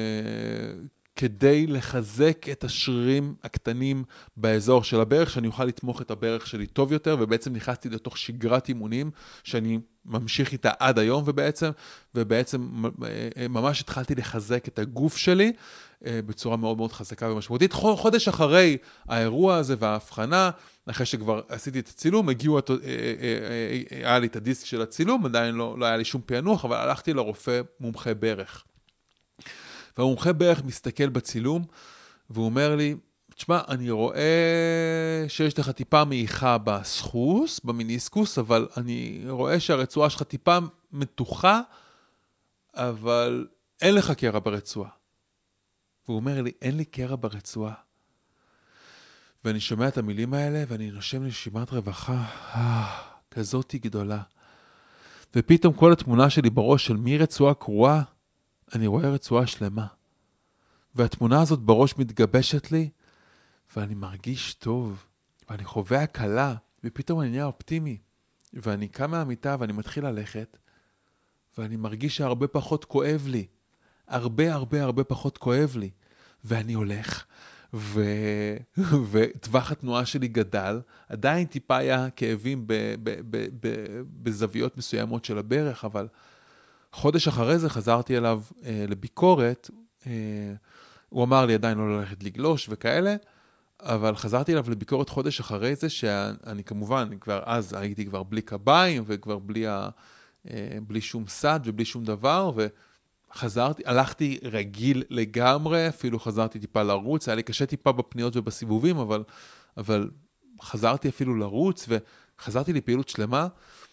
כדי לחזק את השרירים הקטנים באזור של הברך, שאני אוכל לתמוך את הברך שלי טוב יותר, ובעצם נכנסתי לתוך שגרת אימונים, שאני ממשיך איתה עד היום, ובעצם, ובעצם ממש התחלתי לחזק את הגוף שלי, בצורה מאוד מאוד חזקה ומשמעותית. חודש אחרי האירוע הזה וההבחנה, אחרי שכבר עשיתי את הצילום, הגיעו, היה לי את הדיסק של הצילום, עדיין לא, לא היה לי שום פענוח, אבל הלכתי לרופא מומחה ברך. והמומחה ברך מסתכל בצילום, והוא אומר לי, תשמע, אני רואה שיש לך טיפה מעיכה בסחוס, במיניסקוס, אבל אני רואה שהרצועה שלך טיפה מתוחה, אבל אין לך קרע ברצועה. והוא אומר לי, אין לי קרע ברצועה. ואני שומע את המילים האלה, ואני נושם נשימת רווחה, אה, כזאת גדולה. ופתאום כל התמונה שלי בראש של מי רצועה קרועה, אני רואה רצועה שלמה. והתמונה הזאת בראש מתגבשת לי, ואני מרגיש טוב, ואני חווה הקלה, ופתאום אני נהיה אופטימי. ואני קם מהמיטה ואני מתחיל ללכת, ואני מרגיש שהרבה פחות כואב לי. הרבה הרבה הרבה פחות כואב לי. ואני הולך, ו... וטווח התנועה שלי גדל, עדיין טיפה היה כאבים ב... ב... ב... ב... בזוויות מסוימות של הברך, אבל חודש אחרי זה חזרתי אליו אה, לביקורת, אה, הוא אמר לי עדיין לא ללכת לגלוש וכאלה, אבל חזרתי אליו לביקורת חודש אחרי זה, שאני כמובן, כבר אז הייתי כבר בלי קביים, וכבר בלי, ה... אה, בלי שום סד ובלי שום דבר, ו... חזרתי, הלכתי רגיל לגמרי, אפילו חזרתי טיפה לרוץ, היה לי קשה טיפה בפניות ובסיבובים, אבל, אבל חזרתי אפילו לרוץ, וחזרתי לפעילות שלמה,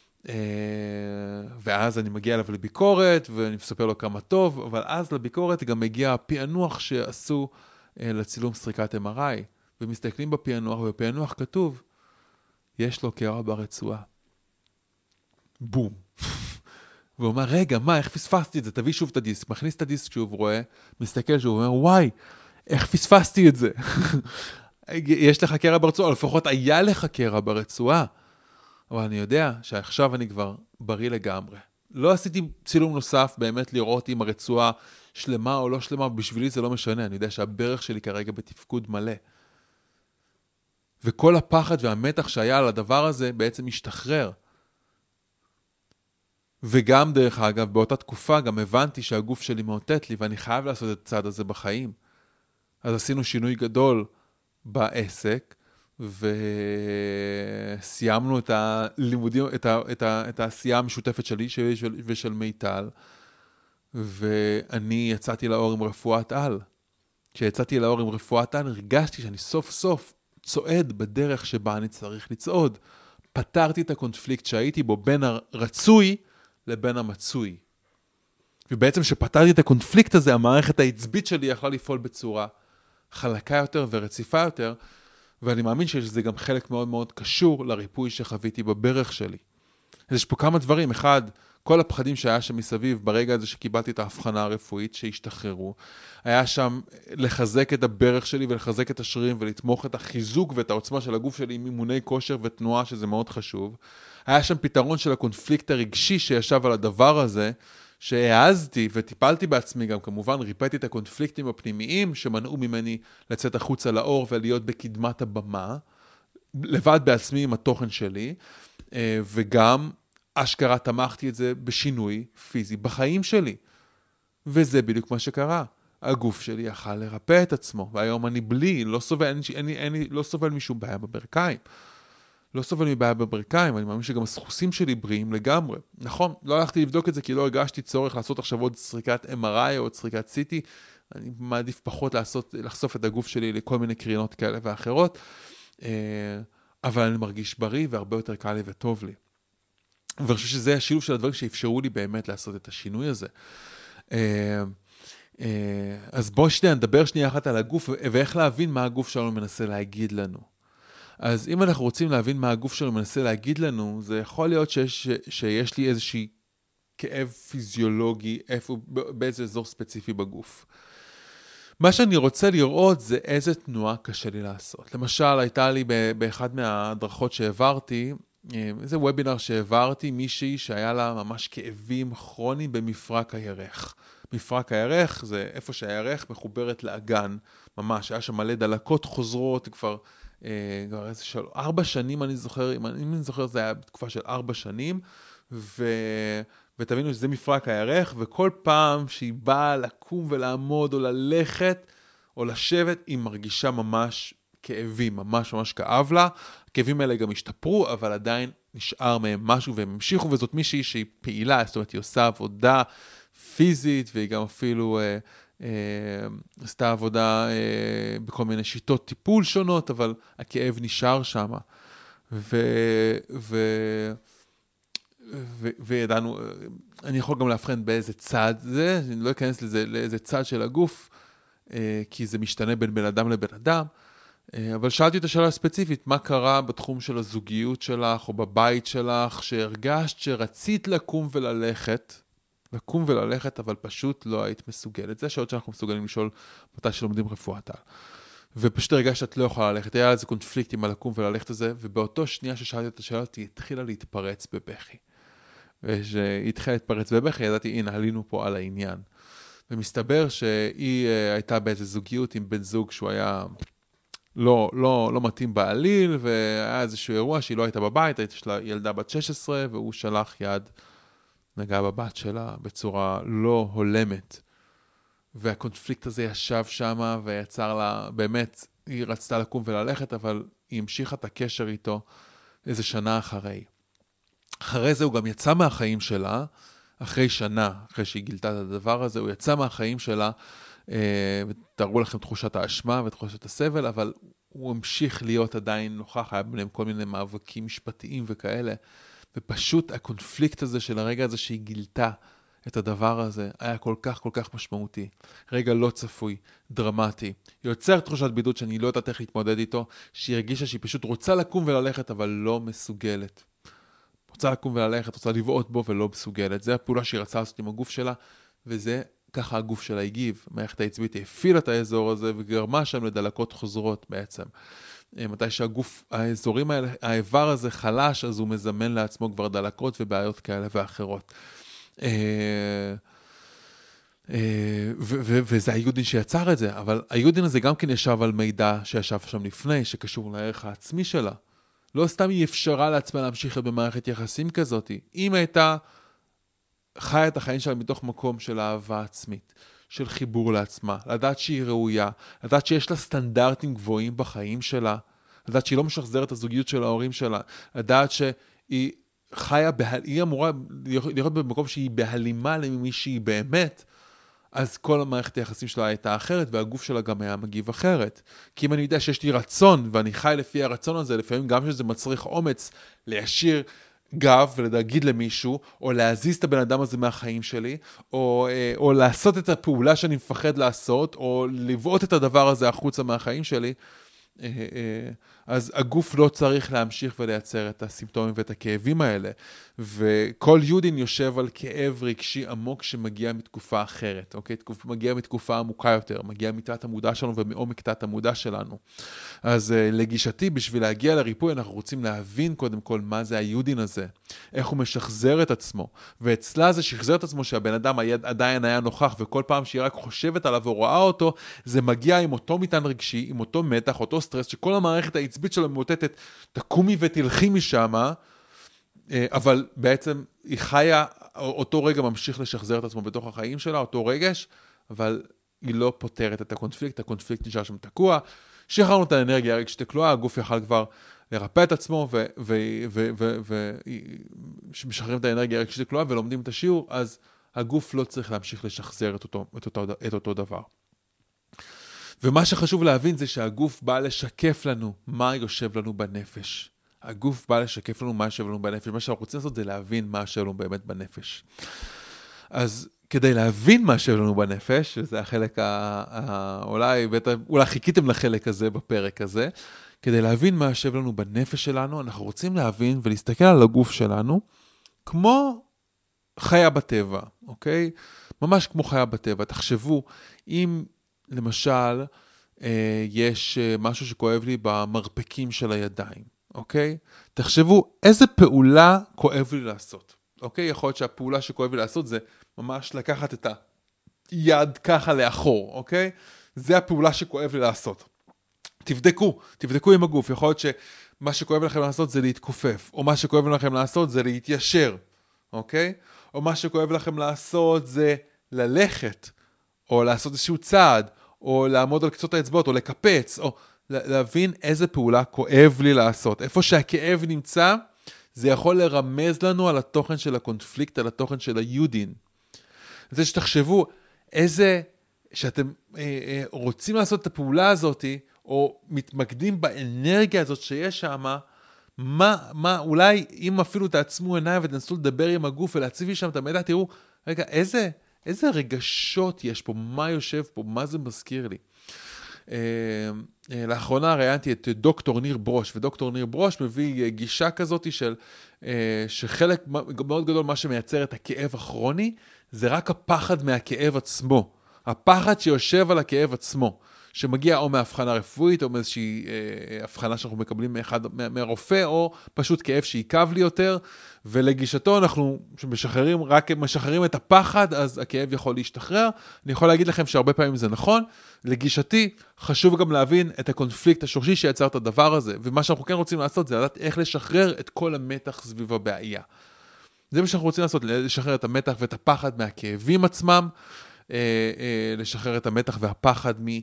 ואז אני מגיע אליו לביקורת, ואני מספר לו כמה טוב, אבל אז לביקורת גם מגיע הפענוח שעשו לצילום סריקת אם אר איי, ומסתכלים בפענוח, ובפענוח כתוב, יש לו קרע ברצועה. בום. והוא אומר, רגע, מה, איך פספסתי את זה? תביא שוב את הדיסק. מכניס את הדיסק שוב, רואה, מסתכל שוב, אומר, וואי, איך פספסתי את זה? יש לך קרע ברצועה, לפחות היה לך קרע ברצועה. אבל אני יודע שעכשיו אני כבר בריא לגמרי. לא עשיתי צילום נוסף באמת לראות אם הרצועה שלמה או לא שלמה, בשבילי זה לא משנה. אני יודע שהברך שלי כרגע בתפקוד מלא. וכל הפחד והמתח שהיה על הדבר הזה בעצם משתחרר. וגם דרך אגב, באותה תקופה גם הבנתי שהגוף שלי מאותת לי, ואני חייב לעשות את הצעד הזה בחיים. אז עשינו שינוי גדול בעסק, וסיימנו את הלימודים, את, ה, את, ה, את העשייה המשותפת שלי ושל, ושל מיטל, ואני יצאתי לאור עם רפואת על. כשיצאתי לאור עם רפואת על, הרגשתי שאני סוף סוף צועד בדרך שבה אני צריך לצעוד. פתרתי את הקונפליקט שהייתי בו בין הרצוי לבין המצוי. ובעצם שפתרתי את הקונפליקט הזה, המערכת העצבית שלי יכלה לפעול בצורה חלקה יותר ורציפה יותר, ואני מאמין שזה גם חלק מאוד מאוד קשור לריפוי שחוויתי בברך שלי. אז יש פה כמה דברים. אחד, כל הפחדים שהיה שם מסביב ברגע הזה שקיבלתי את ההבחנה הרפואית שהשתחררו, היה שם לחזק את הברך שלי ולחזק את השרירים ולתמוך את החיזוק ואת העוצמה של הגוף שלי עם אימוני כושר ותנועה, שזה מאוד חשוב. היה שם פתרון של הקונפליקט הרגשי שישב על הדבר הזה, שהעזתי וטיפלתי בעצמי גם, כמובן ריפאתי את הקונפליקטים הפנימיים שמנעו ממני לצאת החוצה לאור ולהיות בקדמת הבמה, לבד בעצמי עם התוכן שלי, וגם אשכרה תמכתי את זה בשינוי פיזי בחיים שלי. וזה בדיוק מה שקרה. הגוף שלי יכל לרפא את עצמו, והיום אני בלי, לא סובל, אין, אין, אין, אין, לא סובל משום בעיה בברכיים. לא סובל מבעיה בברכיים, אני מאמין שגם הסחוסים שלי בריאים לגמרי. נכון, לא הלכתי לבדוק את זה, כי לא הרגשתי צורך לעשות עכשיו עוד סריקת אם אר איי או עוד סריקת סי טי, אני מעדיף פחות לעשות, לחשוף את הגוף שלי לכל מיני קרינות כאלה ואחרות, אבל אני מרגיש בריא והרבה יותר קל לי וטוב לי. ואני חושב שזה השילוב של הדברים שאפשרו לי באמת לעשות את השינוי הזה. אז בואו שנייה, נדבר שנייה אחת על הגוף, ואיך להבין מה הגוף שלנו מנסה להגיד לנו. אז אם אנחנו רוצים להבין מה הגוף שלנו מנסה להגיד לנו, זה יכול להיות שיש, שיש לי איזושהי כאב פיזיולוגי, איפה, באיזה אזור ספציפי בגוף. מה שאני רוצה לראות זה איזה תנועה קשה לי לעשות. למשל, הייתה לי באחד מההדרכות שהעברתי, איזה וובינר שהעברתי, מישהי שהיה לה ממש כאבים כרוניים במפרק הירך. מפרק הירך זה איפה שהירך מחוברת לאגן, ממש, היה שם מלא דלקות חוזרות, כבר, אה, כבר איזה של ארבע שנים אני זוכר, אם אני, אם אני זוכר זה היה בתקופה של ארבע שנים, ו... ותבינו שזה מפרק הירך, וכל פעם שהיא באה לקום ולעמוד או ללכת או לשבת, היא מרגישה ממש כאבים, ממש ממש כאב לה. הכאבים האלה גם השתפרו, אבל עדיין נשאר מהם משהו והם המשיכו, וזאת מישהי שהיא פעילה, זאת אומרת היא עושה עבודה פיזית, והיא גם אפילו אה, אה, עשתה עבודה אה, בכל מיני שיטות טיפול שונות, אבל הכאב נשאר שם. ו... ו ו- וידענו, אני יכול גם להבחן באיזה צד זה, אני לא אכנס לזה, לאיזה צד של הגוף, כי זה משתנה בין בן אדם לבן אדם, אבל שאלתי את השאלה הספציפית, מה קרה בתחום של הזוגיות שלך, או בבית שלך, שהרגשת שרצית לקום וללכת, לקום וללכת, אבל פשוט לא היית מסוגלת. זה השאלות שאנחנו מסוגלים לשאול מתי שלומדים רפואת על. ופשוט הרגשת שאת לא יכולה ללכת, היה איזה קונפליקט עם הלקום וללכת הזה, ובאותו שנייה ששאלתי את השאלה, היא התחילה להתפרץ בבכי. ושהיא התחילה להתפרץ בבכי, ידעתי, הנה, עלינו פה על העניין. ומסתבר שהיא הייתה באיזו זוגיות עם בן זוג שהוא היה לא, לא, לא מתאים בעליל, והיה איזשהו אירוע שהיא לא הייתה בבית, הייתה שלה ילדה בת שש עשרה, והוא שלח יד, נגע בבת שלה בצורה לא הולמת. והקונפליקט הזה ישב שם ויצר לה, באמת, היא רצתה לקום וללכת, אבל היא המשיכה את הקשר איתו איזה שנה אחרי. אחרי זה הוא גם יצא מהחיים שלה, אחרי שנה, אחרי שהיא גילתה את הדבר הזה, הוא יצא מהחיים שלה, ותראו לכם תחושת האשמה ותחושת הסבל, אבל הוא המשיך להיות עדיין נוכח, היה ביניהם כל מיני מאבקים משפטיים וכאלה, ופשוט הקונפליקט הזה של הרגע הזה שהיא גילתה את הדבר הזה, היה כל כך כל כך משמעותי. רגע לא צפוי, דרמטי. יוצר תחושת בידוד שאני לא יודעת איך להתמודד איתו, שהיא הרגישה שהיא פשוט רוצה לקום וללכת, אבל לא מסוגלת. רוצה לקום וללכת, רוצה לבעוט בו ולא מסוגלת. זה הפעולה שהיא רצה לעשות עם הגוף שלה, וזה ככה הגוף שלה הגיב. מערכת העצבית הפעילה את האזור הזה, וגרמה שם לדלקות חוזרות בעצם. מתי שהגוף, האזורים האלה, האיבר הזה חלש, אז הוא מזמן לעצמו כבר דלקות ובעיות כאלה ואחרות. וזה היודין שיצר את זה, אבל היודין הזה גם כן ישב על מידע שישב שם לפני, שקשור לערך העצמי שלה. לא סתם היא אפשרה לעצמה להמשיך במערכת יחסים כזאת. אם הייתה חיה את החיים שלה מתוך מקום של אהבה עצמית, של חיבור לעצמה, לדעת שהיא ראויה, לדעת שיש לה סטנדרטים גבוהים בחיים שלה, לדעת שהיא לא משחזרת את הזוגיות של ההורים שלה, לדעת שהיא חיה, בהל... היא אמורה לראות במקום שהיא בהלימה למי שהיא באמת, אז כל המערכת היחסים שלה הייתה אחרת, והגוף שלה גם היה מגיב אחרת. כי אם אני יודע שיש לי רצון, ואני חי לפי הרצון הזה, לפעמים גם שזה מצריך אומץ להשאיר גב ולהגיד למישהו, או להזיז את הבן אדם הזה מהחיים שלי, או, או לעשות את הפעולה שאני מפחד לעשות, או לבעוט את הדבר הזה החוצה מהחיים שלי, אז הגוף לא צריך להמשיך ולייצר את הסימפטומים ואת הכאבים האלה, וכל יודין יושב על כאב רגשי עמוק שמגיע מתקופה אחרת, אוקיי? מגיע מתקופה עמוקה יותר, מגיע מתת המודע שלנו ומעומק תת המודע שלנו. אז לגישתי, בשביל להגיע לריפוי, אנחנו רוצים להבין קודם כל מה זה היודין הזה, איך הוא משחזר את עצמו, ואצלה זה שחזר את עצמו שהבן אדם עדיין היה נוכח, וכל פעם שהיא רק חושבת עליו ורואה אותו, זה מגיע עם אותו מטען רגשי, עם אותו מתח, אותו סטרס, שכל המערכת העצבית שלו ממוטטת, תקומי ותלכי משם, אבל בעצם היא חיה, אותו רגע ממשיך לשחזר את עצמו בתוך החיים שלה, אותו רגש, אבל היא לא פותרת את הקונפליקט, הקונפליקט נשאר שם תקוע, שחררנו את האנרגיה הרגשית הכלואה, הגוף יכל כבר לרפא את עצמו, ומשחררים את האנרגיה הרגשית הכלואה, ולומדים את השיעור, אז הגוף לא צריך להמשיך לשחזר את אותו, את אותו, את אותו דבר. ומה שחשוב להבין זה שהגוף בא לשקף לנו מה יושב לנו בנפש. הגוף בא לשקף לנו מה יושב לנו בנפש. מה שאנחנו רוצים לעשות זה להבין מה יושב לנו באמת בנפש. אז כדי להבין מה יושב לנו בנפש, וזה החלק, ה... ה... אולי, אולי חיכיתם לחלק הזה בפרק הזה, כדי להבין מה יושב לנו בנפש שלנו, אנחנו רוצים להבין ולהסתכל על הגוף שלנו, כמו חיה בטבע, אוקיי? ממש כמו חיה בטבע. תחשבו, אם למשל אה, יש אה, משהו שכואב לי במרפקים של הידיים, אוקיי? תחשבו איזה פעולה כואב לי לעשות, אוקיי? יכול להיות שהפעולה שכואב לי לעשות זה ממש לקחת את היד ככה לאחור, אוקיי? זה הפעולה שכואב לי לעשות. תבדקו, תבדקו עם הגוף. יכול להיות שמה שכואב לכם לעשות זה להתכופף, או מה שכואב לכם לעשות זה להתיישר, אוקיי? או מה שכואב לכם לעשות זה ללכת, או לעשות איזשהו צעד, או לעמוד על קצות האצבעות, או לקפץ, או להבין איזה פעולה כואב לי לעשות. איפה שהכאב נמצא, זה יכול לרמז לנו על התוכן של הקונפליקט, על התוכן של היודין. זה שתחשבו איזה, שאתם אה, אה, רוצים לעשות את הפעולה הזאת, או מתמקדים באנרגיה הזאת שיש שם, מה, מה, אולי אם אפילו תעצמו עיניים ותנסו לדבר עם הגוף ולהציב שם את המידע, תראו, רגע, איזה, איזה רגשות יש פה, מה יושב פה, מה זה מזכיר לי. לאחרונה ראיינתי את דוקטור ניר ברוש, ודוקטור ניר ברוש מביא גישה כזאת של, שחלק מאוד גדול מה שמייצר את הכאב הכרוני, זה רק הפחד מהכאב עצמו, הפחד שיושב על הכאב עצמו, שמגיע או מהבחנה רפואית, או מאיזושהי אה, הבחנה שאנחנו מקבלים מאחד, מה, מהרופא, או פשוט כאב שיקב לי יותר, ולגישתו אנחנו משחררים, רק משחררים את הפחד, אז הכאב יכול להשתחרר. אני יכול להגיד לכם שהרבה פעמים זה נכון. לגישתי, חשוב גם להבין את הקונפליקט השורשי שיצר את הדבר הזה, ומה שאנחנו כן רוצים לעשות זה לדעת איך לשחרר את כל המתח סביב הבעיה. זה מה שאנחנו רוצים לעשות, לשחרר את המתח ואת הפחד מהכאבים עצמם, אה, אה, לשחרר את המתח והפחד מ...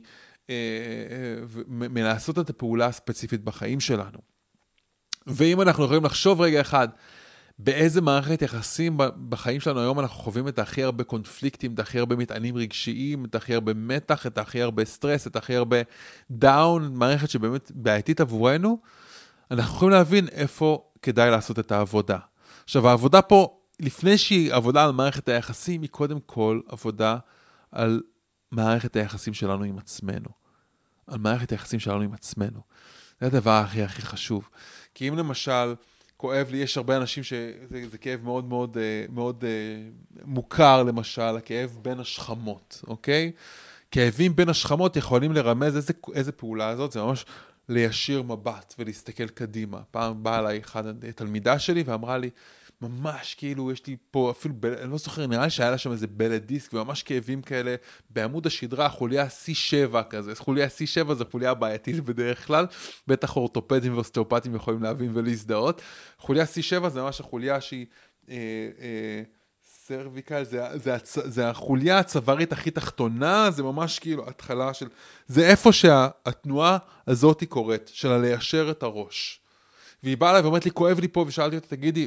מלעשות את הפעולה הספציפית בחיים שלנו. ואם אנחנו יכולים לחשוב רגע אחד, באיזה מערכת יחסים בחיים שלנו היום אנחנו חווים את הכי הרבה קונפליקטים, את הכי הרבה מטענים רגשיים, את הכי הרבה מתח, את הכי הרבה סטרס, את הכי הרבה דאון, מערכת שבאמת בעייתית עבורנו, אנחנו יכולים להבין איפה כדאי לעשות את העבודה. עכשיו, העבודה פה, לפני שהיא עבודה על מערכת היחסים, היא קודם כל עבודה על מערכת היחסים שלנו עם עצמנו. על מערכת היחסים שלנו עם עצמנו. זה הדבר הכי הכי חשוב. כי אם למשל, כואב לי, יש הרבה אנשים שזה זה כאב מאוד מאוד, מאוד מוכר, למשל, הכאב בין השכמות, אוקיי? כאבים בין השכמות יכולים לרמז איזה, איזה פעולה הזאת, זה ממש ליישיר מבט ולהסתכל קדימה. פעם באה אליי אחד תלמידה שלי ואמרה לי, ממש כאילו יש לי פה אפילו, בל... אני לא זוכר, נראה לי שהיה לה שם איזה בלט דיסק, וממש כאבים כאלה בעמוד השדרה, חוליה סי שבע כזה, חוליה סי שבע זה חוליה בעייתית בדרך כלל, בטח אורתופדים ואוסטאופטים יכולים להבין ולהזדהות, חוליה סי שבע זה ממש החוליה שהיא אה, אה, סרוויקל, זה, זה, הצ... זה החוליה הצווארית הכי תחתונה, זה ממש כאילו התחלה של, זה איפה שהתנועה הזאת היא קורית, של ליישר את הראש. והיא באה אליי ואומרת לי, כואב לי פה, ושאלתי אותה, תגידי,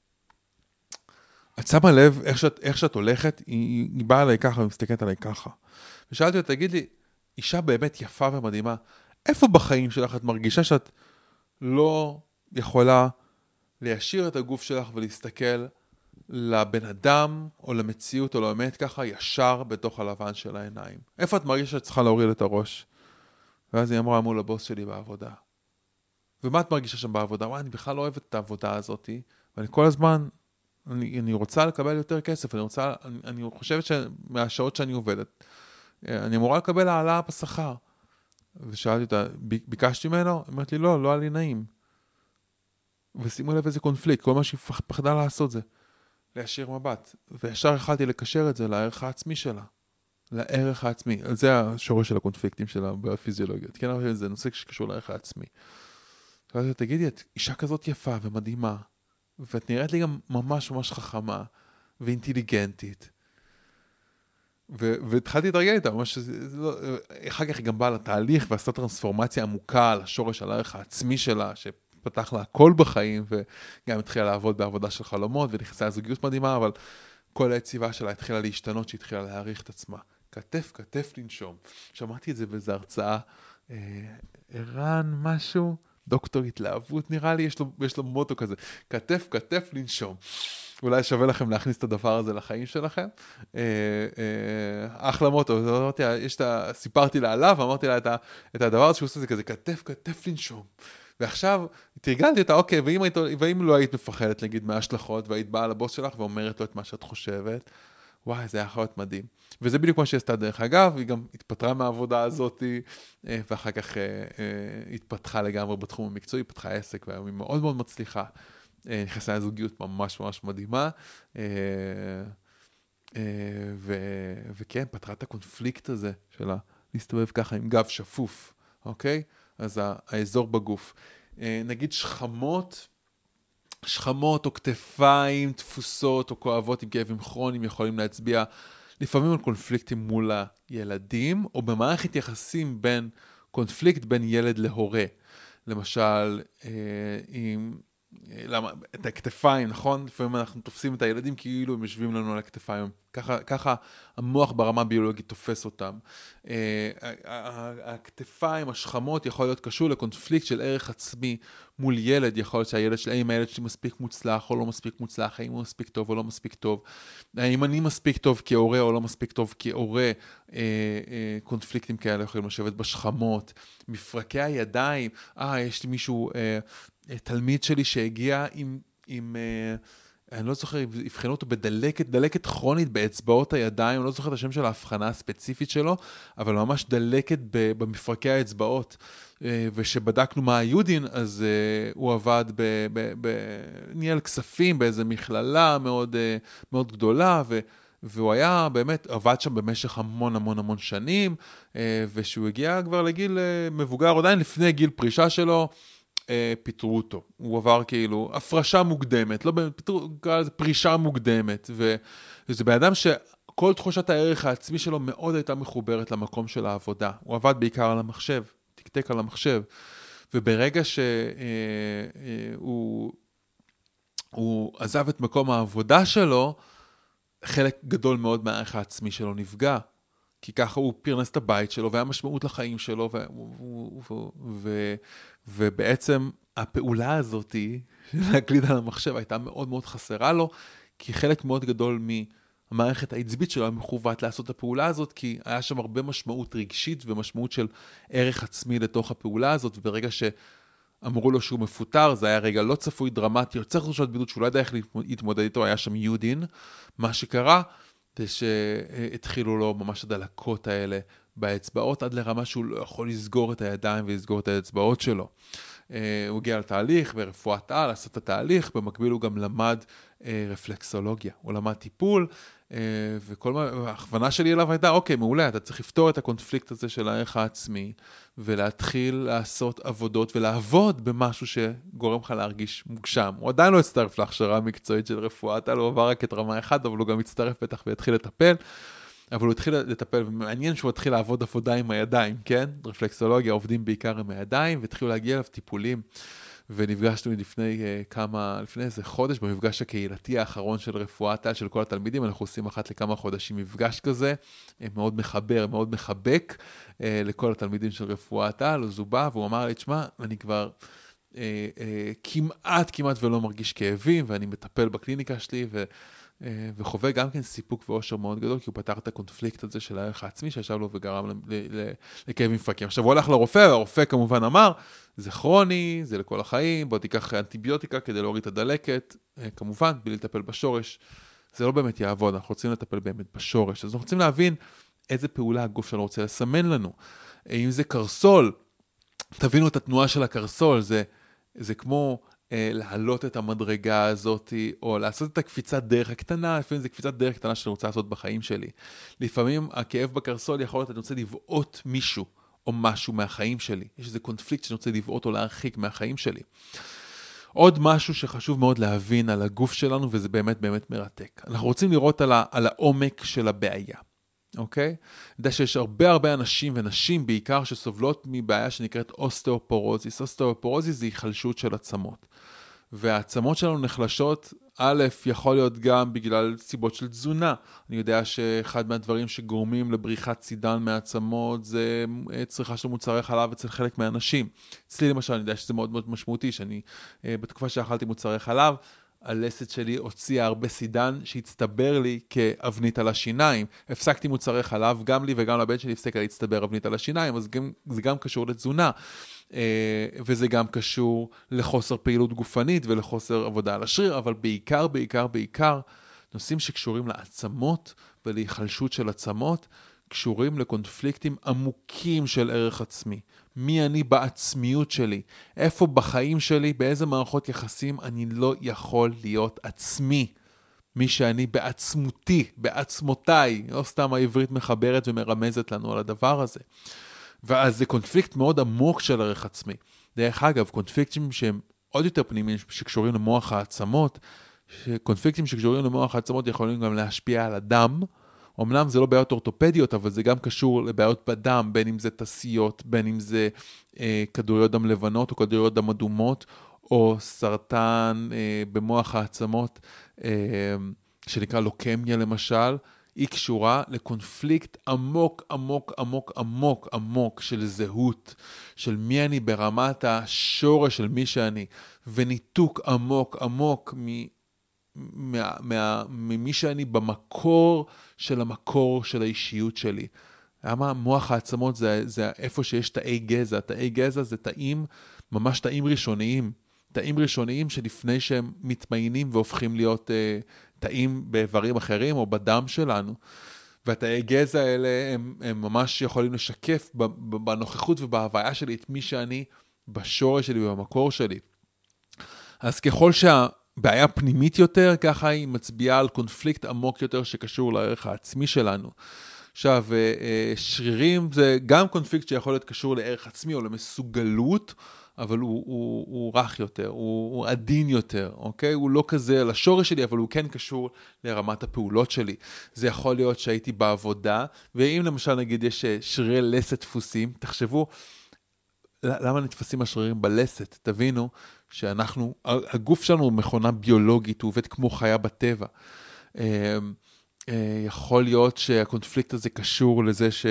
את שמה לב איך שאת, איך שאת הולכת, היא, היא באה אליי ככה ומסתכלת עליי ככה. ושאלתי אותה, תגיד לי, אישה באמת יפה ומדהימה, איפה בחיים שלך את מרגישה שאת לא יכולה להשאיר את הגוף שלך ולהסתכל לבן אדם או למציאות או לאמת ככה ישר בתוך הלבן של העיניים? איפה את מרגישה שאת צריכה להוריד את הראש? ואז היא אמרה מול הבוס שלי בעבודה. ומה את מרגישה שם בעבודה? וואי, אני בכלל לא אוהבת את העבודה הזאת, ואני כל הזמן... אני, אני רוצה לקבל יותר כסף, אני רוצה, אני, אני חושבת שמהשעות שאני עובדת, אני אמורה לקבל העלאה בשכר. ושאלתי אותה, ביקשתי ממנו? אמרת לי, לא, לא היה לי נעים. ושימו לב איזה קונפליקט, כל מה שהיא פחדה לעשות זה, להשאיר מבט. וישר יכלתי לקשר את זה לערך העצמי שלה. לערך העצמי. זה השורש של הקונפליקטים שלה בפיזיולוגיות. כן, אבל זה נושא שקשור לערך העצמי. שאלתי אותה, תגידי, את אישה כזאת יפה ומדהימה, ואת נראית לי גם ממש ממש חכמה ואינטליגנטית. ו- והתחלתי להתרגל איתה, ממש, לא, אחר כך היא גם באה לתהליך ועשתה טרנספורמציה עמוקה על השורש, על הערך העצמי שלה, שפתח לה הכל בחיים, וגם התחילה לעבוד בעבודה של חלומות, ונכנסה לזוגיות מדהימה, אבל כל היציבה שלה התחילה להשתנות, שהתחילה להעריך את עצמה. כתף, כתף לנשום. שמעתי את זה באיזו הרצאה, אה, ערן משהו, דוקטור התלהבות נראה לי, יש לו, יש לו מוטו כזה, כתף, כתף לנשום. אולי שווה לכם להכניס את הדבר הזה לחיים שלכם. אה, אה, אחלה מוטו, אמרתי, יש את ה... סיפרתי לה עליו, אמרתי לה את, ה... את הדבר הזה שהוא עושה זה כזה, כתף, כתף לנשום. ועכשיו תרגלתי אותה, אוקיי, ואם, היית, ואם לא היית מפחדת, נגיד, מההשלכות, והיית באה לבוס שלך ואומרת לו את מה שאת חושבת, וואי, זה היה יכול להיות מדהים. וזה בדיוק מה שעשתה דרך אגב, היא גם התפטרה מהעבודה הזאת, ואחר כך התפתחה לגמרי בתחום המקצועי, פתחה עסק, והיום היא מאוד מאוד מצליחה. נכנסה לזוגיות ממש ממש מדהימה, וכן, פתרה את הקונפליקט הזה שלה, להסתובב ככה עם גב שפוף, אוקיי? אז האזור בגוף. נגיד שכמות, שכמות או כתפיים, תפוסות או כואבות עם כאבים כרוניים יכולים להצביע לפעמים על קונפליקטים מול הילדים, או במערכת יחסים בין קונפליקט בין ילד להורה. למשל, עם... למה, את הכתפיים, נכון? לפעמים אנחנו תופסים את הילדים כאילו הם יושבים לנו על הכתפיים. ככה, ככה המוח ברמה הביולוגית תופס אותם. הכתפיים, השכמות יכול להיות קשור לקונפליקט של ערך עצמי מול ילד. יכול להיות שהילד שלי, האם הילד שלי מספיק מוצלח או לא מספיק מוצלח, האם הוא מספיק טוב או לא מספיק טוב, האם אני מספיק טוב כהורה או לא מספיק טוב כהורה. קונפליקטים כאלה יכולים לשבת בשכמות, מפרקי הידיים. אה, יש לי מישהו... תלמיד שלי שהגיע עם, עם אני לא זוכר, הבחנו אותו בדלקת, דלקת כרונית באצבעות הידיים, אני לא זוכר את השם של ההבחנה הספציפית שלו, אבל ממש דלקת במפרקי האצבעות, ושבדקנו מה היודין, אז הוא עבד בניהל כספים באיזו מכללה מאוד, מאוד גדולה, ו... והוא היה באמת, עבד שם במשך המון המון המון שנים, ושהוא הגיע כבר לגיל מבוגר, עדיין לפני גיל פרישה שלו, פיתרו אותו. הוא עבר כאילו הפרשה מוקדמת, לא פיתרו, פרישה מוקדמת, וזה באדם שכל תחושת הערך העצמי שלו מאוד הייתה מחוברת למקום של העבודה. הוא עבד בעיקר על המחשב, תקתק על המחשב, וברגע שהוא הוא עזב את מקום העבודה שלו, חלק גדול מאוד מהערך העצמי שלו נפגע, כי ככה הוא פרנס את הבית שלו, והיה משמעות לחיים שלו, ו... ו... ו... ובעצם הפעולה הזאת של להקליד על המחשב הייתה מאוד מאוד חסרה לו, כי חלק מאוד גדול מהמערכת העצבית שלו היה מכוות לעשות את הפעולה הזאת, כי היה שם הרבה משמעות רגשית ומשמעות של ערך עצמי לתוך הפעולה הזאת, וברגע שאמרו לו שהוא מפוטר, זה היה רגע לא צפוי דרמטי, יוצר תחושת בידוד שהוא לא ידע איך להתמודד איתו, היה שם יודין. מה שקרה זה שהתחילו לו ממש הדלקות האלה באצבעות, עד לרמה שהוא לא יכול לסגור את הידיים ולסגור את האצבעות שלו. הוא הגיע לתהליך ברפואת על, לעשות את התהליך, במקביל הוא גם למד רפלקסולוגיה, הוא למד טיפול, וכל מה, ההכוונה שלי אליו הייתה, אוקיי, מעולה, אתה צריך לפתור את הקונפליקט הזה של הערך העצמי, ולהתחיל לעשות עבודות ולעבוד במשהו שגורם לך להרגיש מוגשם. הוא עדיין לא הצטרף להכשרה המקצועית של רפואת על, הוא עבר רק את רמה אחת, אבל הוא גם הצטרף בטח והתחיל לטפל, אבל הוא התחיל לטפל, ומעניין שהוא התחיל לעבוד עבודה עם הידיים, כן? רפלקסולוגיה עובדים בעיקר עם הידיים, והתחילו להגיע אליו טיפולים, ונפגשנו לפני uh, כמה, לפני איזה חודש, במפגש הקהילתי האחרון של רפואת על, של כל התלמידים, אנחנו עושים אחת לכמה חודשים מפגש כזה, מאוד מחבר, מאוד מחבק, uh, לכל התלמידים של רפואת על, הוא זובה, והוא אמר לי, תשמע, אני כבר uh, uh, כמעט, כמעט ולא מרגיש כאבים, ואני מטפל בקליניקה שלי, ו... וחווה גם כן סיפוק ואושר מאוד גדול, כי הוא פתר את הקונפליקט הזה של הערך העצמי, שישב לו וגרם לכאבים מפרקים. עכשיו הוא הלך לרופא, והרופא כמובן אמר, זה כרוני, זה לכל החיים, בוא תיקח אנטיביוטיקה כדי להוריד את הדלקת, כמובן, בלי לטפל בשורש, זה לא באמת יעבוד, אנחנו רוצים לטפל באמת בשורש, אז אנחנו רוצים להבין איזה פעולה הגוף שלנו רוצה לסמן לנו. אם זה קרסול, תבינו את התנועה של הקרסול, זה, זה כמו... להעלות את המדרגה הזאת, או לעשות את הקפיצת דרך הקטנה, לפעמים זה קפיצת דרך קטנה שאני רוצה לעשות בחיים שלי. לפעמים הכאב בקרסול יכול להיות, אני רוצה לבעוט מישהו, או משהו מהחיים שלי. יש איזה קונפליקט שאני רוצה לבעוט או להרחיק מהחיים שלי. עוד משהו שחשוב מאוד להבין על הגוף שלנו, וזה באמת באמת מרתק. אנחנו רוצים לראות על, ה, על העומק של הבעיה, אוקיי? אני יודע שיש הרבה הרבה אנשים ונשים בעיקר שסובלות מבעיה שנקראת אוסטאופורוזיס. אוסטאופורוזיס זה היחלשות של עצמות. והעצמות שלנו נחלשות, א', יכול להיות גם בגלל סיבות של תזונה. אני יודע שאחד מהדברים שגורמים לבריחת צידן מהעצמות זה צריכה של מוצרי חלב אצל חלק מהאנשים. אצלי למשל, אני יודע שזה מאוד מאוד משמעותי, שאני בתקופה שאכלתי מוצרי חלב, הלסת שלי הוציאה הרבה סידן שהצטבר לי כאבנית על השיניים. הפסקתי מוצרי חלב, גם לי וגם לבן שלי הפסקה להצטבר אבנית על השיניים, אז גם, זה גם קשור לתזונה. וזה גם קשור לחוסר פעילות גופנית ולחוסר עבודה על השריר, אבל בעיקר, בעיקר, בעיקר, נושאים שקשורים לעצמות ולהיחלשות של עצמות, קשורים לקונפליקטים עמוקים של ערך עצמי. מי אני בעצמיות שלי? איפה בחיים שלי, באיזה מערכות יחסים אני לא יכול להיות עצמי? מי שאני בעצמותי, בעצמותיי, לא סתם העברית מחברת ומרמזת לנו על הדבר הזה. ואז זה קונפליקט מאוד עמוק של ערך עצמי. דרך אגב, קונפליקטים שהם עוד יותר פנימיים שקשורים למוח העצמות, קונפליקטים שקשורים למוח העצמות יכולים גם להשפיע על הדם, אמנם זה לא בעיות אורתופדיות, אבל זה גם קשור לבעיות בדם, בין אם זה תסיות, בין אם זה אה, כדוריות דם לבנות או כדוריות דם אדומות, או סרטן אה, במוח העצמות, אה, שנקרא לוקמיה למשל, היא קשורה לקונפליקט עמוק, עמוק, עמוק, עמוק, עמוק של זהות, של מי אני ברמת השורש של מי שאני, וניתוק עמוק, עמוק מ... מה, מה, ממי שאני במקור של המקור של האישיות שלי. למה מוח העצמות זה, זה איפה שיש תאי גזע. תאי גזע זה תאים, ממש תאים ראשוניים. תאים ראשוניים שלפני שהם מתמיינים והופכים להיות אה, תאים באיברים אחרים או בדם שלנו. והתאי גזע האלה הם, הם ממש יכולים לשקף בנוכחות ובהוויה שלי את מי שאני בשורש שלי ובמקור שלי. אז ככל שה... בעיה פנימית יותר, ככה היא מצביעה על קונפליקט עמוק יותר שקשור לערך העצמי שלנו. עכשיו, שרירים זה גם קונפליקט שיכול להיות קשור לערך עצמי או למסוגלות, אבל הוא, הוא, הוא רך יותר, הוא, הוא עדין יותר, אוקיי? הוא לא כזה לשורש שלי, אבל הוא כן קשור לרמת הפעולות שלי. זה יכול להיות שהייתי בעבודה, ואם למשל נגיד יש שרירי לסת דפוסים, תחשבו, למה נתפסים השרירים בלסת? תבינו שאנחנו, הגוף שלנו הוא מכונה ביולוגית, הוא עובד כמו חיה בטבע. יכול להיות שהקונפליקט הזה קשור לזה ש...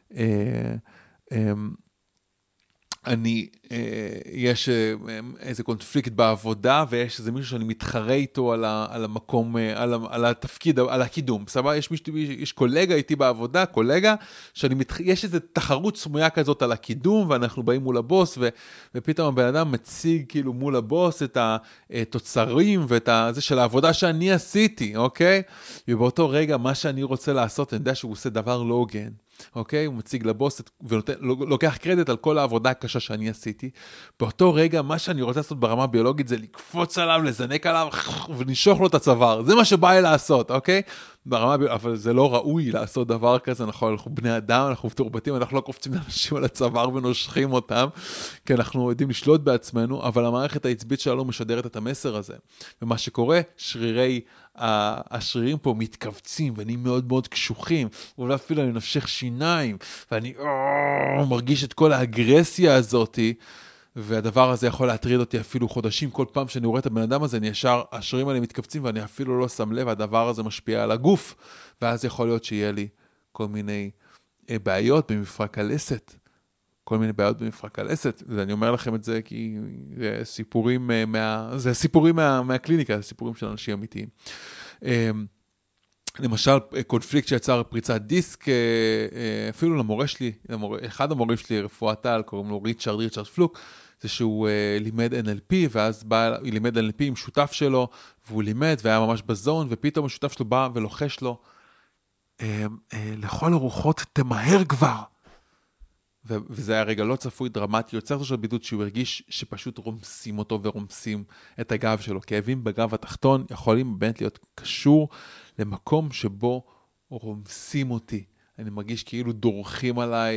אני, יש איזה קונפליקט בעבודה, ויש איזה מישהו שאני מתחרה איתו על, ה, על המקום, על, ה, על התפקיד, על הקידום. סבבה, יש, מישהו, יש קולגה איתי בעבודה, קולגה, שאני מתח... יש איזו תחרות סמויה כזאת על הקידום, ואנחנו באים מול הבוס, ו, ופתאום הבן אדם מציג כאילו מול הבוס את התוצרים, ואת זה של העבודה שאני עשיתי, אוקיי? ובאותו רגע, מה שאני רוצה לעשות, אני יודע שהוא עושה דבר לא הוגן. אוקיי? הוא מציג לבוס ולוקח קרדיט על כל העבודה הקשה שאני עשיתי. באותו רגע, מה שאני רוצה לעשות ברמה ביולוגית זה לקפוץ עליו, לזנק עליו ונשוך לו את הצוואר. זה מה שבא לי לעשות, אוקיי? ברמה, אבל זה לא ראוי לעשות דבר כזה, אנחנו, אנחנו בני אדם, אנחנו מתורבתים, אנחנו לא קופצים לאנשים על הצוואר ונושכים אותם, כי אנחנו יודעים לשלוט בעצמנו, אבל המערכת העצבית שלנו משדרת את המסר הזה. ומה שקורה, שרירי, השרירים פה מתכווצים, ואני מאוד מאוד קשוחים, ואולי אפילו אני נפשך שיניים, ואני או, מרגיש את כל האגרסיה הזאת, והדבר הזה יכול להטריד אותי אפילו חודשים, כל פעם שאני רואה את הבן אדם הזה, אני ישר, השרירים האלה מתכווצים, ואני אפילו לא שם לב, והדבר הזה משפיע על הגוף, ואז יכול להיות שיהיה לי כל מיני בעיות במפרק הלסת, כל מיני בעיות במפרק הלסת, ואני אומר לכם את זה כי זה סיפורים מה, זה סיפורים מה, מהקליניקה, זה סיפורים של אנשים אמיתיים. למשל, קונפליקט שיצר פריצת דיסק, אפילו למורה שלי, אחד המורים שלי, רפואת על, קוראים לו ריצ'רד, ריצ'רד פלוק, זה שהוא לימד אן אל פי, ואז בא, הוא לימד אן אל פי עם שותף שלו, והוא לימד, והיה ממש בזון, ופתאום השותף שלו בא ולוחש לו, לכל הרוחות תמהר כבר. וזה היה רגע לא צפוי, דרמטי, יוצר אותו של בידוד שהוא הרגיש שפשוט רומסים אותו ורומסים את הגב שלו. כאבים בגב התחתון יכולים באמת להיות קשור למקום שבו רומסים אותי. אני מרגיש כאילו דורכים עליי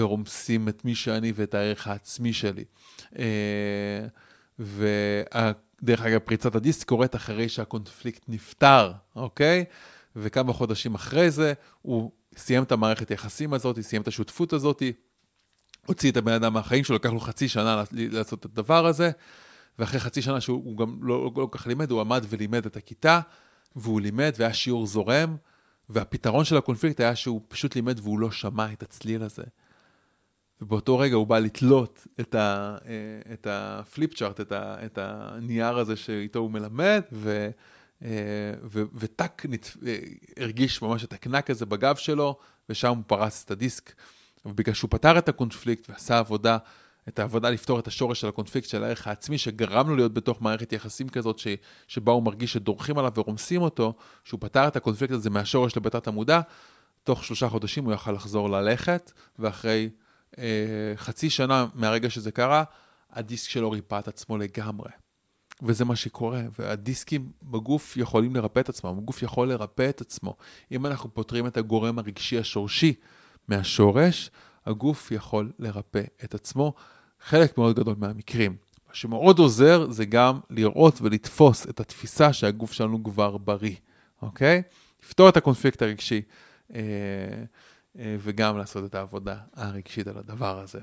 ורומסים את מי שאני ואת הערך העצמי שלי. דרך אגב, פריצת הדיסק קורית אחרי שהקונפליקט נפטר, אוקיי? וכמה חודשים אחרי זה, הוא סיים את המערכת היחסים הזאת, סיים את השותפות הזאת, הוציא את הבן אדם מהחיים שלו, לקח לו חצי שנה לעשות את הדבר הזה, ואחרי חצי שנה שהוא גם לא, לא, לא כך לימד, הוא עמד ולימד את הכיתה, והוא לימד, והיה שיעור זורם, והפתרון של הקונפליקט היה שהוא פשוט לימד, והוא לא שמע את הצליל הזה. ובאותו רגע הוא בא לתלות את, ה, את הפליפ צ'ארט, את, ה, את הנייר הזה שאיתו הוא מלמד, ו, ו, וטק נת, הרגיש ממש את הקנק הזה בגב שלו, ושם הוא פרס את הדיסק. ובגלל שהוא פתר את הקונפליקט ועשה עבודה, את העבודה לפתור את השורש של הקונפליקט של הערך העצמי, שגרם לו להיות בתוך מערכת יחסים כזאת, ש, שבה הוא מרגיש שדורכים עליו ורומסים אותו, שהוא פתר את הקונפליקט הזה מהשורש לבתת המודע, תוך שלושה חודשים הוא יוכל לחזור ללכת, ואחרי אה, חצי שנה מהרגע שזה קרה, הדיסק שלו ריפא את עצמו לגמרי. וזה מה שקורה, והדיסקים בגוף יכולים לרפא את עצמם, הגוף יכול לרפא את עצמו. אם אנחנו פותרים את הגורם הרגשי השורשי מהשורש, הגוף יכול לרפא את עצמו, חלק מאוד גדול מהמקרים. מה שמאוד עוזר זה גם לראות ולתפוס את התפיסה שהגוף שלנו כבר בריא, אוקיי? לפתור את הקונפליקט הרגשי, אה, אה, וגם לעשות את העבודה הרגשית על הדבר הזה.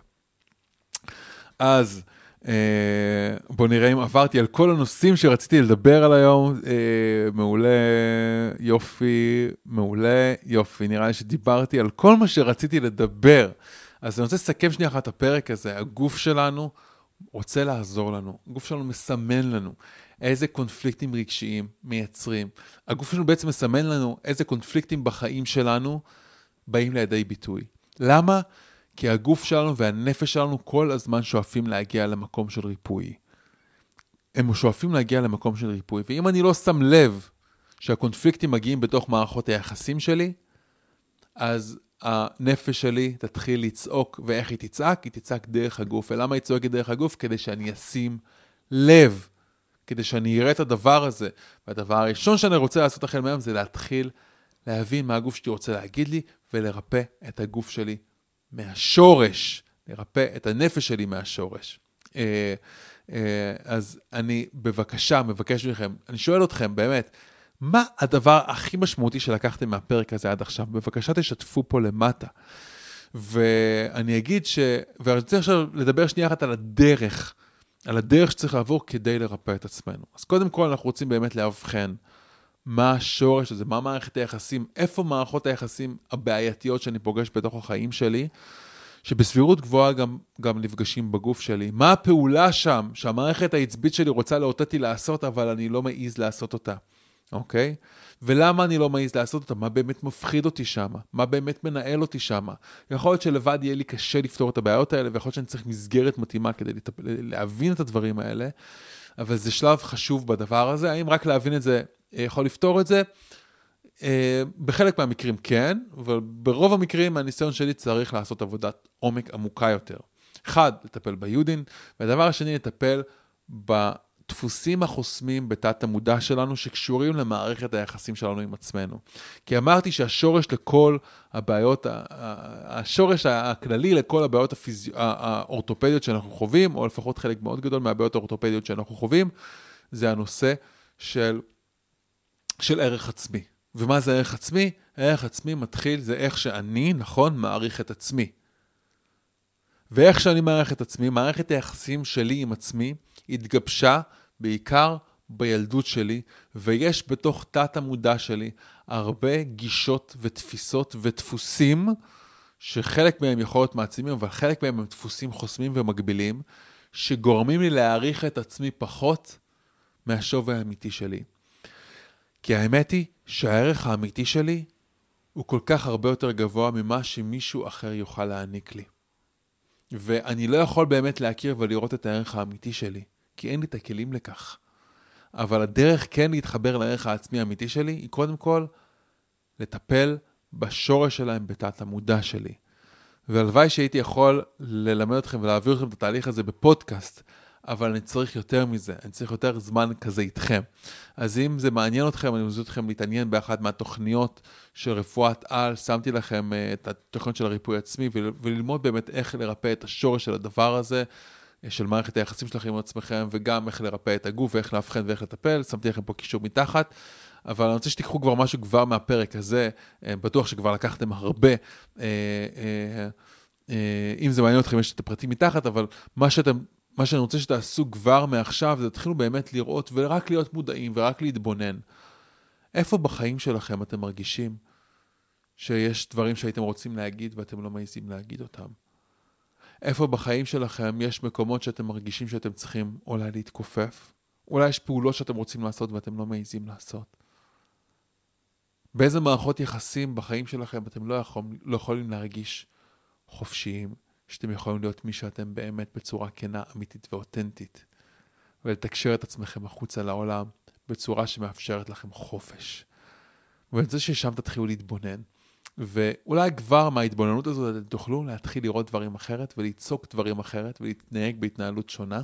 אז אה, בוא נראה אם עברתי על כל הנושאים שרציתי לדבר על היום. אה, מעולה, יופי, מעולה, יופי. נראה לי שדיברתי על כל מה שרציתי לדבר. אז אני רוצה לסכם שנייה אחת את הפרק הזה. הגוף שלנו רוצה לעזור לנו. הגוף שלנו מסמן לנו איזה קונפליקטים רגשיים מייצרים. הגוף שלנו בעצם מסמן לנו איזה קונפליקטים בחיים שלנו באים לידי ביטוי. למה? כי הגוף שלנו והנפש שלנו כל הזמן שואפים להגיע למקום של ריפוי. הם שואפים להגיע למקום של ריפוי. ואם אני לא שם לב שהקונפליקטים מגיעים בתוך מערכות היחסים שלי, אז הנפש שלי תתחיל לצעוק, ואיך היא תצעק? היא תצעק דרך הגוף. ולמה היא צועקת דרך הגוף? כדי שאני אשים לב, כדי שאני אראה את הדבר הזה. והדבר הראשון שאני רוצה לעשות החל מהיום זה להתחיל להבין מה הגוף שלי רוצה להגיד לי, ולרפא את הגוף שלי מהשורש, לרפא את הנפש שלי מהשורש. אז אני בבקשה מבקש מכם, אני שואל אתכם באמת, מה הדבר הכי משמעותי שלקחתם מהפרק הזה עד עכשיו? בבקשה תשתפו פה למטה. ואני אגיד ש... ואני רוצה עכשיו לדבר שנייה אחת על הדרך, על הדרך שצריך לעבור כדי לרפא את עצמנו. אז קודם כל אנחנו רוצים באמת להבחן מה השורש הזה, מה מערכת היחסים, איפה מערכות היחסים הבעייתיות שאני פוגש בתוך החיים שלי, שבסבירות גבוהה גם, גם נפגשים בגוף שלי. מה הפעולה שם, שהמערכת העצבית שלי רוצה לאותתי לעשות, אבל אני לא מעיז לעשות אותה. אוקיי? ולמה אני לא מעיז לעשות אותה? מה באמת מפחיד אותי שם? מה באמת מנהל אותי שם? יכול להיות שלבד יהיה לי קשה לפתור את הבעיות האלה, ויכול להיות שאני צריך מסגרת מתאימה כדי לטפ... להבין את הדברים האלה, אבל זה שלב חשוב בדבר הזה. האם רק להבין את זה יכול לפתור את זה? בחלק מהמקרים כן, אבל ברוב המקרים מהניסיון שלי צריך לעשות עבודת עומק עמוקה יותר. אחד, לטפל ביודין, והדבר השני, לטפל בדפוסים החוסמים בתת המודע שלנו, שקשורים למערכת היחסים שלנו עם עצמנו. כי אמרתי שהשורש לכל הבעיות, השורש הכללי לכל הבעיות הפיזי... האורתופדיות שאנחנו חווים, או לפחות חלק מאוד גדול מהבעיות האורתופדיות שאנחנו חווים, זה הנושא של, של ערך עצמי. ומה זה ערך עצמי? ערך עצמי מתחיל, זה איך שאני, נכון, מעריך את עצמי. ואיך שאני מעריך את עצמי, מערכת היחסים שלי עם עצמי, התגבשה בעיקר בילדות שלי, ויש בתוך תת המודע שלי הרבה גישות ותפיסות ודפוסים, שחלק מהם יכול להיות מעצימים, אבל חלק מהם הם דפוסים חוסמים ומגבילים, שגורמים לי להעריך את עצמי פחות מהשווי האמיתי שלי. כי האמת היא שהערך האמיתי שלי הוא כל כך הרבה יותר גבוה ממה שמישהו אחר יוכל להעניק לי. ואני לא יכול באמת להכיר ולראות את הערך האמיתי שלי, כי אין לי את הכלים לכך. אבל הדרך כן להתחבר לערך העצמי האמיתי שלי, היא קודם כל לטפל בשורש שלהם בתת המודע שלי. והלוואי שהייתי יכול ללמד אתכם ולהעביר אתכם את התהליך הזה בפודקאסט, אבל אני צריך יותר מזה, אני צריך יותר זמן כזה איתכם. אז אם זה מעניין אתכם, אני מזמין אתכם להתעניין באחת מהתוכניות של רפואת על, שמתי לכם את התוכניות של הריפוי עצמי, וללמוד באמת איך לרפא את השורש של הדבר הזה, של מערכת היחסים שלכם עם עצמכם, וגם איך לרפא את הגוף, ואיך להבחן ואיך לטפל, שמתי לכם פה קישור מתחת, אבל אני רוצה שתיקחו כבר משהו כבר מהפרק הזה, בטוח שכבר לקחתם הרבה, אם זה מעניין אתכם יש את הפרטים מתחת, אבל מה שאתם, מה שאני רוצה שתעשו כבר מעכשיו, זה תתחילו באמת לראות, ורק להיות מודעים, ורק להתבונן. איפה בחיים שלכם אתם מרגישים שיש דברים שהייתם רוצים להגיד, ואתם לא מעיזים להגיד אותם? איפה בחיים שלכם יש מקומות שאתם מרגישים שאתם צריכים אולי להתכופף? אולי יש פעולות שאתם רוצים לעשות ואתם לא מעיזים לעשות? באיזה מערכות יחסים בחיים שלכם אתם לא, יכול, לא יכולים להרגיש חופשיים, שאתם יכולים להיות מי שאתם באמת בצורה כנה, אמיתית ואותנטית, ולתקשר את עצמכם החוצה לעולם בצורה שמאפשרת לכם חופש. ואני רוצה ששם תתחילו להתבונן. ואולי כבר מההתבוננות הזאת אתם תוכלו להתחיל לראות דברים אחרת, וליצוק דברים אחרת, ולהתנהג בהתנהלות שונה.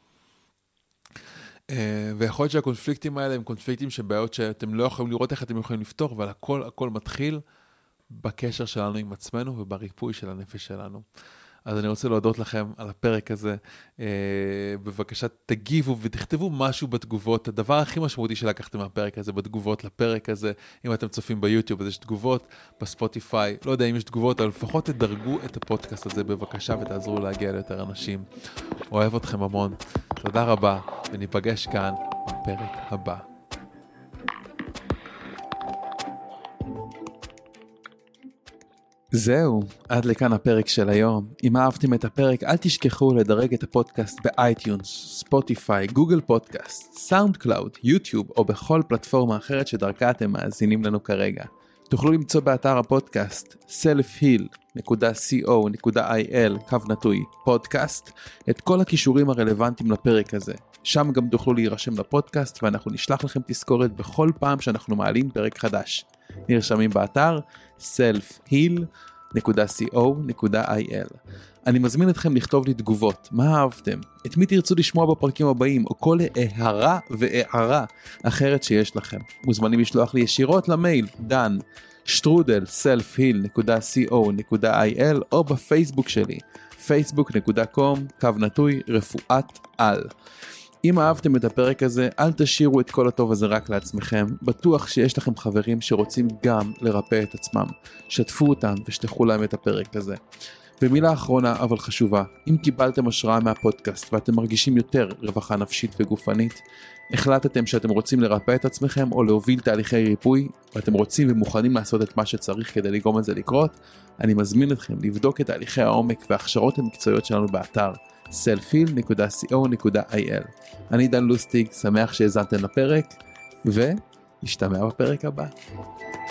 ויכול להיות שהקונפליקטים האלה הם קונפליקטים שבעיות שאתם לא יכולים לראות איך אתם יכולים לפתור, אבל הכל, הכל מתחיל בקשר שלנו עם עצמנו ובריפוי של הנפש שלנו. אז אני רוצה להודות לכם על הפרק הזה. בבקשה תגיבו ותכתבו משהו בתגובות. הדבר הכי משמעותי שלקחתם מהפרק הזה, בתגובות לפרק הזה, אם אתם צופים ביוטיוב, אז יש תגובות, בספוטיפיי, לא יודע אם יש תגובות, אבל לפחות תדרגו את הפודקאסט הזה בבקשה ותעזרו להגיע ליותר אנשים. אוהב אתכם המון. תודה רבה, וניפגש כאן בפרק הבא. זהו, עד לכאן הפרק של היום. אם אהבתם את הפרק, אל תשכחו לדרג את הפודקאסט באייטיונס, ספוטיפיי, גוגל פודקאסט, סאונד קלאוד, יוטיוב או בכל פלטפורמה אחרת שדרכה אתם מאזינים לנו כרגע. תוכלו למצוא באתר הפודקאסט סלף היל נקודה קו נקודה איי אל קו נטוי פודקאסט את כל הכישורים הרלוונטיים לפרק הזה. שם גם תוכלו להירשם לפודקאסט ואנחנו נשלח לכם תזכורת בכל פעם שאנחנו מעלים פרק חדש. נרשמים באתר סלף היל נקודה קו נקודה איי אל. אני מזמין אתכם לכתוב לי תגובות, מה אהבתם, את מי תרצו לשמוע בפרקים הבאים, או כל הערה והערה אחרת שיש לכם. מוזמנים לשלוח לי ישירות למייל דן שטרודל סלף היל נקודה קו נקודה איי אל או בפייסבוק שלי פייסבוק נקודה קום קו נטוי רפואת על. אם אהבתם את הפרק הזה, אל תשאירו את כל הטוב הזה רק לעצמכם. בטוח שיש לכם חברים שרוצים גם לרפא את עצמם. שתפו אותם ושתחו להם את הפרק הזה. ומילה אחרונה אבל חשובה, אם קיבלתם השראה מהפודקאסט ואתם מרגישים יותר רווחה נפשית וגופנית, החלטתם שאתם רוצים לרפא את עצמכם או להוביל תהליכי ריפוי, ואתם רוצים ומוכנים לעשות את מה שצריך כדי לגרום את זה לקרות, אני מזמין אתכם לבדוק את תהליכי העומק וההכשרות המקצועיות שלנו באתר סלף היל נקודה קו נקודה איי אל. אני דן לוסטיג, שמח שהזנתם לפרק, ונשתמע בפרק הבא.